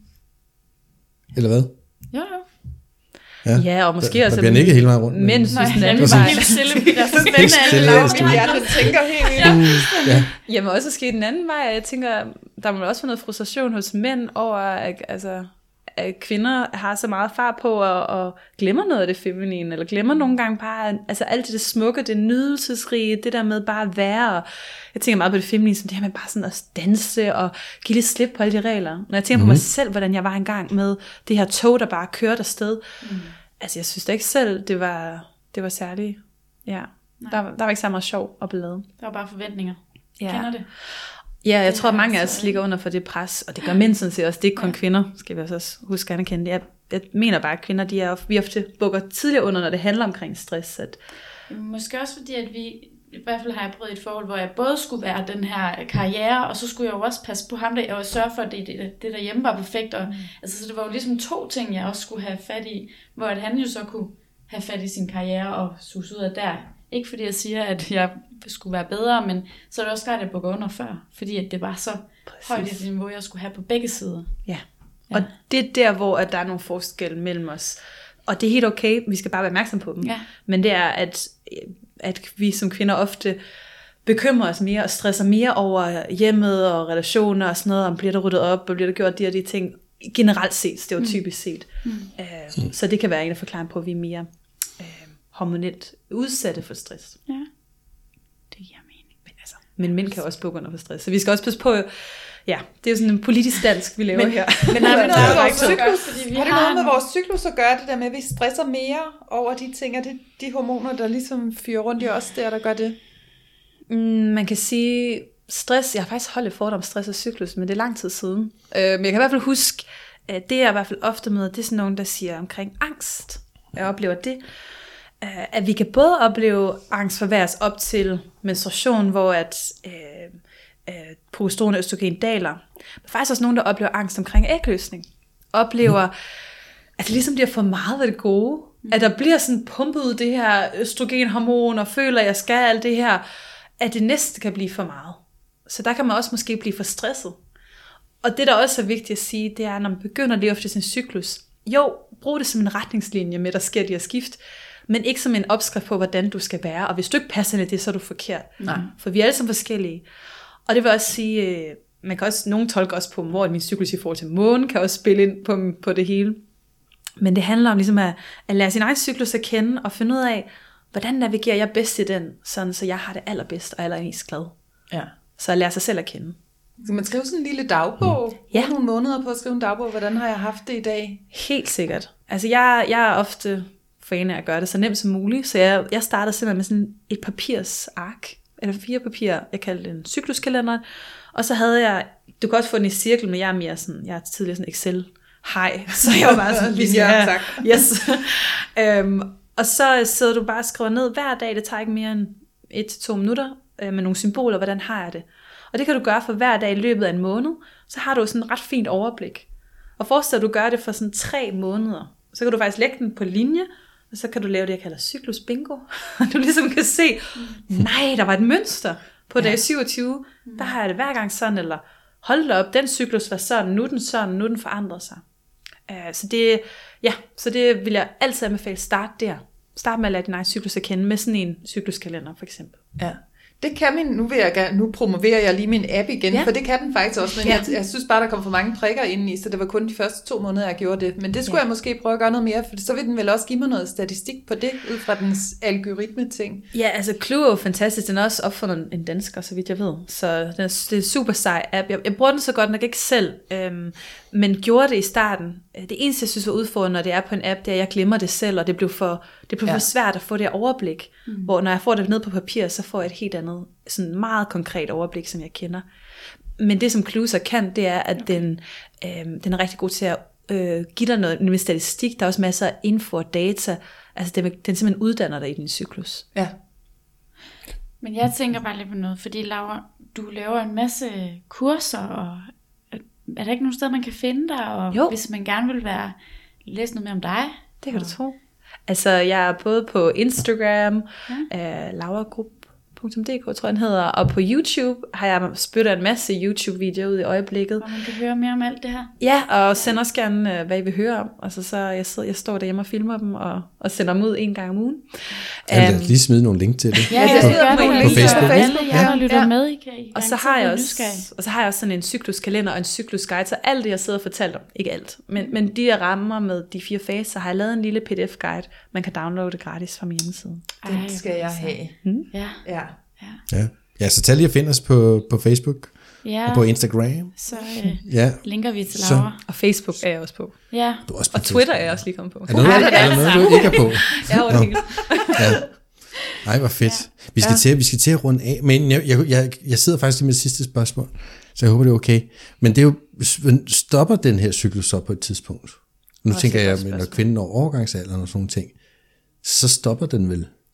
Eller hvad? Ja, ja. Ja, ja, og måske der, også... Der bliver ikke hele vejen rundt. Mænd synes, den anden vej. Helt stille, det er så spændende, alle laver. Hjertet tænker helt vildt. Ja. Jamen også ske den anden vej, jeg tænker, der må også være noget frustration hos mænd over, at, altså, at kvinder har så meget far på, og, og glemmer noget af det feminine, eller glemmer nogle gange bare, altså alt det smukke, det nydelsesrige, det der med bare at være, og jeg tænker meget på det feminine, som det her med bare sådan at danse, og give lidt slip på alle de regler. Når jeg tænker mm-hmm. på mig selv, hvordan jeg var engang med det her tog, der bare kørte afsted, mm. altså jeg synes da ikke selv, det var, det var særligt, ja, der, der var ikke så meget sjov at ballade. Der var bare forventninger. Ja. Kender det? Ja, jeg det tror, at mange af os ligger under for det pres, og det gør mænd sådan set også. Det er ikke kun ja. kvinder, skal vi også huske at anerkende. Jeg, jeg mener bare, at kvinder, de er, vi ofte bukker tidligere under, når det handler omkring stress. At måske også fordi, at vi, i hvert fald har jeg prøvet et forhold, hvor jeg både skulle være den her karriere, og så skulle jeg jo også passe på ham, der, og sørge for, at det, det, det derhjemme var perfekt. Og, mm. altså, så det var jo ligesom to ting, jeg også skulle have fat i, hvor at han jo så kunne have fat i sin karriere og sus ud af der. Ikke fordi jeg siger, at jeg skulle være bedre, men så er det også klart, at jeg bukker under før, fordi at det var så Præcis. højt et niveau, jeg skulle have på begge sider. Ja. ja, og det er der, hvor at der er nogle forskelle mellem os. Og det er helt okay, vi skal bare være opmærksom på dem. Ja. Men det er, at, at vi som kvinder ofte bekymrer os mere og stresser mere over hjemmet og relationer og sådan noget, om bliver der ryddet op, og bliver der gjort de og de ting, generelt set, stereotypisk set. Mm. Øh, så det kan være en af forklaringen på, at vi er mere øh, hormonelt udsatte for stress. Ja, det giver mening. Men, altså, men mænd kan også bukke under for stress, så vi skal også passe på, ja, det er jo sådan en politisk dansk, vi laver men, her. Men har det noget med vores cyklus, cyklus, fordi vi har det har noget med en- vores cyklus at gøre, det der med, at vi stresser mere over de ting, og det de hormoner, der ligesom fyrer rundt i os der, der gør det? Mm, man kan sige, stress, jeg har faktisk holdt et foredrag om stress og cyklus, men det er lang tid siden. Øh, men jeg kan i hvert fald huske, at det jeg i hvert fald ofte møder, det er sådan nogen, der siger omkring angst. Jeg oplever det. Øh, at vi kan både opleve angst for hver op til menstruation, hvor at øh, øh, progesteron og østrogen daler. Men faktisk også nogen, der oplever angst omkring ægløsning. Oplever, at det ligesom bliver for meget af det gode. At der bliver sådan pumpet ud det her østrogenhormon, og føler, at jeg skal alt det her, at det næste kan blive for meget. Så der kan man også måske blive for stresset. Og det, der også er vigtigt at sige, det er, når man begynder at leve efter sin cyklus, jo, brug det som en retningslinje med, der sker de her skift, men ikke som en opskrift på, hvordan du skal være. Og hvis du ikke passer ind i det, så er du forkert. Nej. For vi er alle sammen forskellige. Og det vil også sige, man kan også, nogen tolker også på, hvor min cyklus i forhold til månen kan også spille ind på, på det hele. Men det handler om ligesom at, at lære sin egen cyklus at kende, og finde ud af, hvordan navigerer jeg bedst i den, sådan så jeg har det allerbedst og allermest glad. Ja. Så at lære sig selv at kende. Så man skriver sådan en lille dagbog? Mm. Ja. Nogle måneder på at skrive en dagbog. Hvordan har jeg haft det i dag? Helt sikkert. Altså jeg, jeg er ofte fan af at gøre det så nemt som muligt, så jeg, jeg starter simpelthen med sådan et papirsark, eller fire papirer, jeg kaldte en cykluskalender, og så havde jeg, du kan også få den i cirkel, men jeg er mere sådan, jeg er tidligere sådan Excel hej, så jeg var bare sådan, Linjer, ja, tak. yes. øhm, og så sidder du bare og skriver ned hver dag, det tager ikke mere end et til to minutter, øh, med nogle symboler, hvordan har jeg det. Og det kan du gøre for hver dag i løbet af en måned, så har du sådan et ret fint overblik. Og forestil dig, at du gør det for sådan tre måneder, så kan du faktisk lægge den på linje, og så kan du lave det, jeg kalder cyklus bingo. Du ligesom kan se, nej, der var et mønster på dag syvogtyve, der har jeg det hver gang sådan, eller hold da op, den cyklus var sådan, nu er den sådan, nu er den forandret sig. Uh, så det, ja, så det vil jeg altid anbefale, start der. Start med at lade din egen cyklus at kende med sådan en cykluskalender for eksempel. Ja. Det kan min, nu, vil jeg, gerne- nu promoverer jeg lige min app igen, Ja. for det kan den faktisk også, men Ja. jeg, jeg synes bare, der kom for mange prikker ind i, så det var kun de første to måneder, jeg gjorde det. Men det skulle Ja. jeg måske prøve at gøre noget mere, for så vil den vel også give mig noget statistik på det, ud fra dens algoritme-ting. Ja, altså Clue er jo fantastisk. Den er også opfundet en dansker, så vidt jeg ved. Så den er, det er en super sej app. Jeg, jeg bruger den så godt nok ikke selv, øhm, men gjorde det i starten. Det eneste, jeg synes var udfordrende, når det er på en app, det er, at jeg glemmer det selv, og det blev for, det blev Ja. for svært at få det overblik. Mm. Hvor når jeg får det ned på papir, så får jeg et helt andet, sådan meget konkret overblik, som jeg kender. Men det, som Clue så kan, det er, at okay. den, øhm, den er rigtig god til at øh, give dig noget med statistik. Der er også masser af info og data. Altså, den, den simpelthen uddanner dig i din cyklus. Ja. Men jeg tænker bare lidt på noget, fordi Laura, du laver en masse kurser, og er der ikke nogen steder, man kan finde dig? Og Jo. hvis man gerne vil være læse noget mere om dig? Det kan du tro. Altså, jeg er både på Instagram, ja. uh, lauragrup punktum d k, tror jeg den hedder, og på YouTube har jeg spyttet en masse YouTube-videoer ud i øjeblikket. Hvor man kan høre mere om alt det her? Ja, og send også gerne, uh, hvad I vil høre om. Altså, så jeg, sidder, jeg står derhjemme og filmer dem, og, og sender dem ud en gang om ugen. Jeg vil Um, lige smide nogle link til det. Ja, det jeg er vil gerne på have Facebook. links, På og Facebook. alle jer, der lytter Ja. med, I kan I Og så, garanteret har jeg blive også, nysgerrige. og så har jeg også sådan en cykluskalender og en cyklusguide, så alt det, jeg sidder og fortæller om, ikke alt, men, men de her rammer med de fire faser, har jeg lavet en lille P D F-guide, man kan downloade gratis fra min hjemmeside. Den Ej, skal jeg have. Ja, Ja. Ja. Ja, så tag lige og find os på, på Facebook ja. og på Instagram. Så øh, Ja, linker vi til Så- Laura. Og Facebook er jeg også på. Ja, du er også på Og Twitter er jeg også lige kommet på. Er der noget, Ej, det er er der noget du ikke er på? Jeg er over det hele. Ja. Ej, hvor fedt. Ja. Vi, skal Ja. til, vi skal til at runde af, men jeg, jeg, jeg, jeg sidder faktisk med det sidste spørgsmål, så jeg håber, det er okay. Men det er jo, stopper den her cyklus så på et tidspunkt? Nu Også tænker et jeg, godt at når spørgsmål. kvinden når overgangsalderen og sådan nogle ting, så stopper den vel?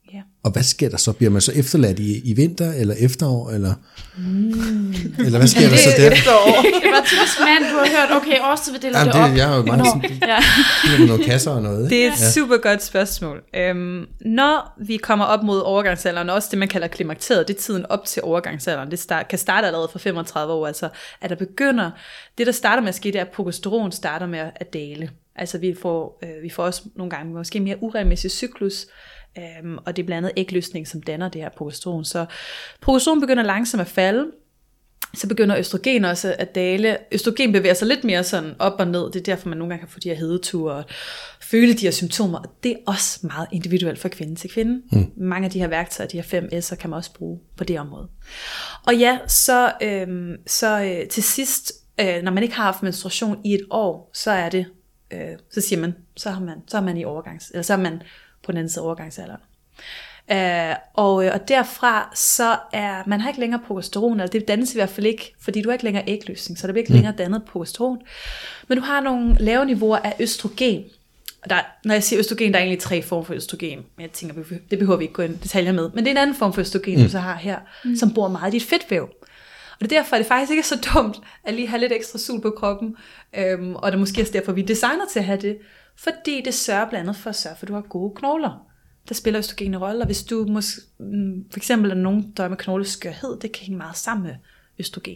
Ja. Og hvad sker der så? Bliver man så efterladt i, i vinter, eller efterår, eller, mm. eller hvad sker der så der? Efterår. Det var typisk mand, du har hørt, okay, årstid, vi deler Jamen, det op. det, jeg er jo meget sådan, Ja. det er med nogle kasser og noget. Det er ikke? et super godt spørgsmål. Øhm, når vi kommer op mod overgangsalderen, og også det, man kalder klimakteriet, det er tiden op til overgangsalderen. Det start, kan starte allerede fra femogtredive år, altså at der begynder, det der starter med at ske, det er, at progesteron starter med at dale. Altså vi får, øh, vi får også nogle gange måske mere uregelmæssig cyklus, øhm, og det er blandt andet ægløsning, som danner det her progesteron. Så progesteron begynder langsomt at falde, så begynder østrogen også at dale. Østrogen bevæger sig lidt mere sådan op og ned, det er derfor, man nogle gange kan få de her hedeture og føle de her symptomer, og det er også meget individuelt fra kvinde til kvinde. Mm. Mange af de her værktøjer, de her fem S'er, kan man også bruge på det område. Og ja, så, øhm, så øh, til sidst, øh, når man ikke har haft menstruation i et år, så er det, øh, så siger man, så har man, så er man i overgangs, eller så er man på den anden side af overgangsalderen. Uh, og, og derfra så er man har ikke længere progesteron, eller det dannes i hvert fald ikke, fordi du har ikke længere ægløsning, så der bliver ikke mm. længere dannet progesteron, men du har nogle lave niveauer af østrogen. Og der, når jeg siger østrogen, der er egentlig tre former for østrogen, men jeg tænker, det behøver vi ikke gå ind i detaljer med, men det er en anden form for østrogen, mm. du så har her, mm. som bor meget i dit fedtvæv. Og det er derfor, at det faktisk ikke er så dumt at lige have lidt ekstra sul på kroppen, øhm, og det er måske også derfor, vi designer til at have det, fordi det sørger blandt andet for at sørge for, at du har gode knogler. Der spiller østrogen en rolle, og hvis du måske, for eksempel er nogen, der er med knogleskørhed, det kan hænge meget sammen med østrogen.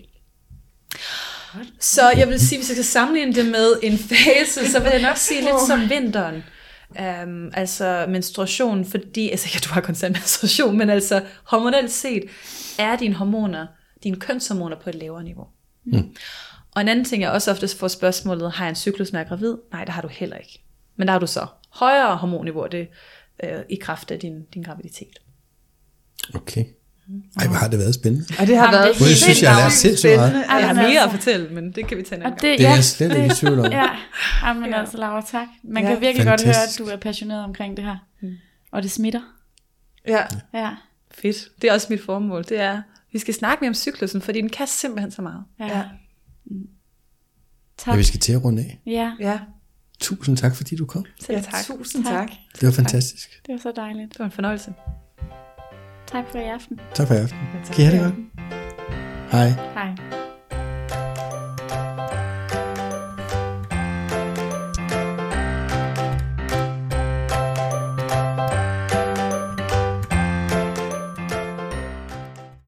Så jeg vil sige, hvis jeg skal sammenligne det med en fase, så vil jeg nok sige lidt som vinteren. Um, altså menstruation, fordi, altså ja, du har konstant menstruation, men altså hormonelt set er dine hormoner, dine kønshormoner på et lavere niveau. Mm. Og en anden ting, jeg også ofte får spørgsmålet, har jeg en cyklus, når jeg er gravid? Nej, det har du heller ikke. Men der har du så højere hormonniveau, det i kraft af din, din graviditet. Okay. Ej, hvor har det været spændende. Og det har Jamen, været det er jeg synes, jeg har lært sindssygt meget. Jeg har mere at fortælle, men det kan vi tage en anden gang. det, Det er ja, jeg slet ikke i tvivl om. Ja, Jamen, Ja. altså Laura, tak. Man Ja. kan virkelig godt høre, Fantastisk. at du er passioneret omkring det her. Mm. Og det smitter. Ja. Ja. Fedt. Det er også mit formål. Det er, vi skal snakke mere om cyklusen, fordi den kan simpelthen så meget. Ja. Ja. Mm. Ja, Tak. vi skal til at runde af. Ja, Ja. Tusind tak, fordi du kom. Selv Ja, tak. tusind Tak. tak. Det var fantastisk. det var så dejligt. Det var en fornøjelse. Tak for i aften. Tak for i aften. Kan I have det godt? Hej. Hej.